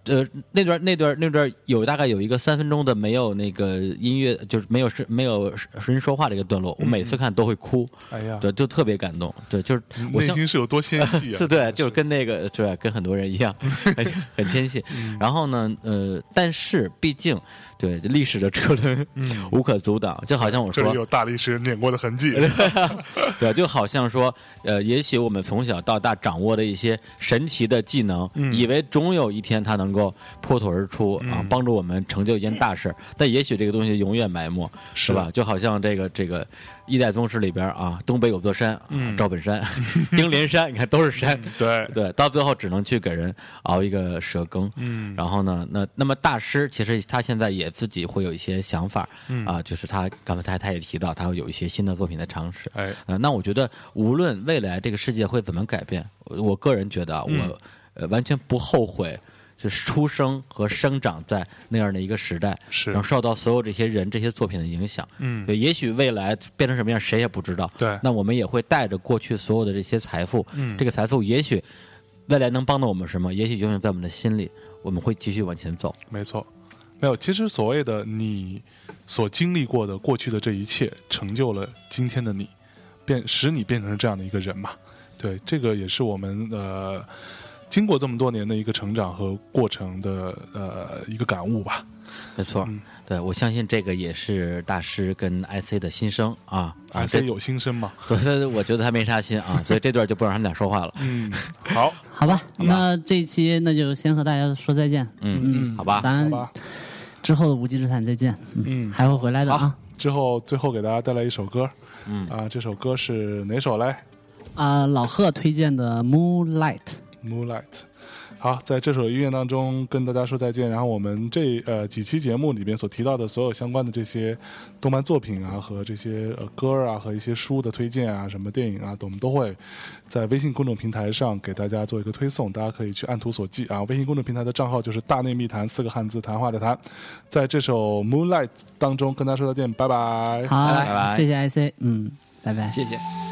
呃，那段那段那段有大概有一个三分钟的没有那个音乐，就是没有是没有人说话的一个段落，我每次看都会哭， 哎呀， 对，就特别感动，对，就是我像内心是有多纤细啊！ 是对，就是跟那个是吧，跟很多人一样，很很纤细。然后呢，呃，但是毕竟对历史的车轮无可阻挡，就好像我说， 这里有大力士碾过的痕迹。 对，就好像说，呃，也许我们从小到大掌握的一些神奇的技能，以为总有一天它能够破土而出啊，帮助我们成就一件大事，但也许这个东西永远埋没，是吧？就好像这个这个一代宗师里边啊，东北有座山，啊、赵本山、丁连山，你看都是山， 对对，到最后只能去给人熬一个蛇羹， 嗯， 然后呢，那那么大师其实他现在也自己会有一些想法，嗯啊，就是他刚才他他也提到，他会有一些新的作品的尝试， 哎， 呃，那我觉得无论未来这个世界会怎么改变，我我个人觉得啊， 嗯、 我呃完全不后悔。就是出生和生长在那样的一个时代， 是， 然后受到所有这些人、这些作品的影响， 嗯， 对，也许未来变成什么样，谁也不知道， 对， 那我们也会带着过去所有的这些财富， 嗯， 这个财富也许未来能帮到我们什么，也许永远在我们的心里，我们会继续往前走。 没错，没有，其实所谓的你所经历过的过去的这一切，成就了今天的你，变使你变成这样的一个人嘛。对，这个也是我们呃。经过这么多年的一个成长和过程的呃一个感悟吧， 没错，嗯、对我相信这个也是大师跟 I C 的心声啊。 I C 有心声吗？ 对对对，我觉得他没啥心啊，所以这段就不让他们俩说话了。 嗯，好， 好吧，那这一期那就先和大家说再见。 嗯嗯， 好吧， 咱之后的无稽之谈再见。嗯，还会回来的啊。 之后最后给大家带来一首歌， 嗯啊，这首歌是哪首嘞？ 啊，老贺推荐的《Moonlight》。 Moonlight， 好，在这首音乐当中跟大家说再见。然后我们这呃几期节目里边所提到的所有相关的这些动漫作品啊，和这些呃歌啊，和一些书的推荐啊，什么电影啊，我们都会在微信公众平台上给大家做一个推送，大家可以去按图索骥啊。微信公众平台的账号就是大内密谈四个汉字谈话的谈。在这首 Moonlight 当中跟大家说再见，拜拜。 好， 拜拜， 谢谢 I C， 嗯，拜拜， 谢谢。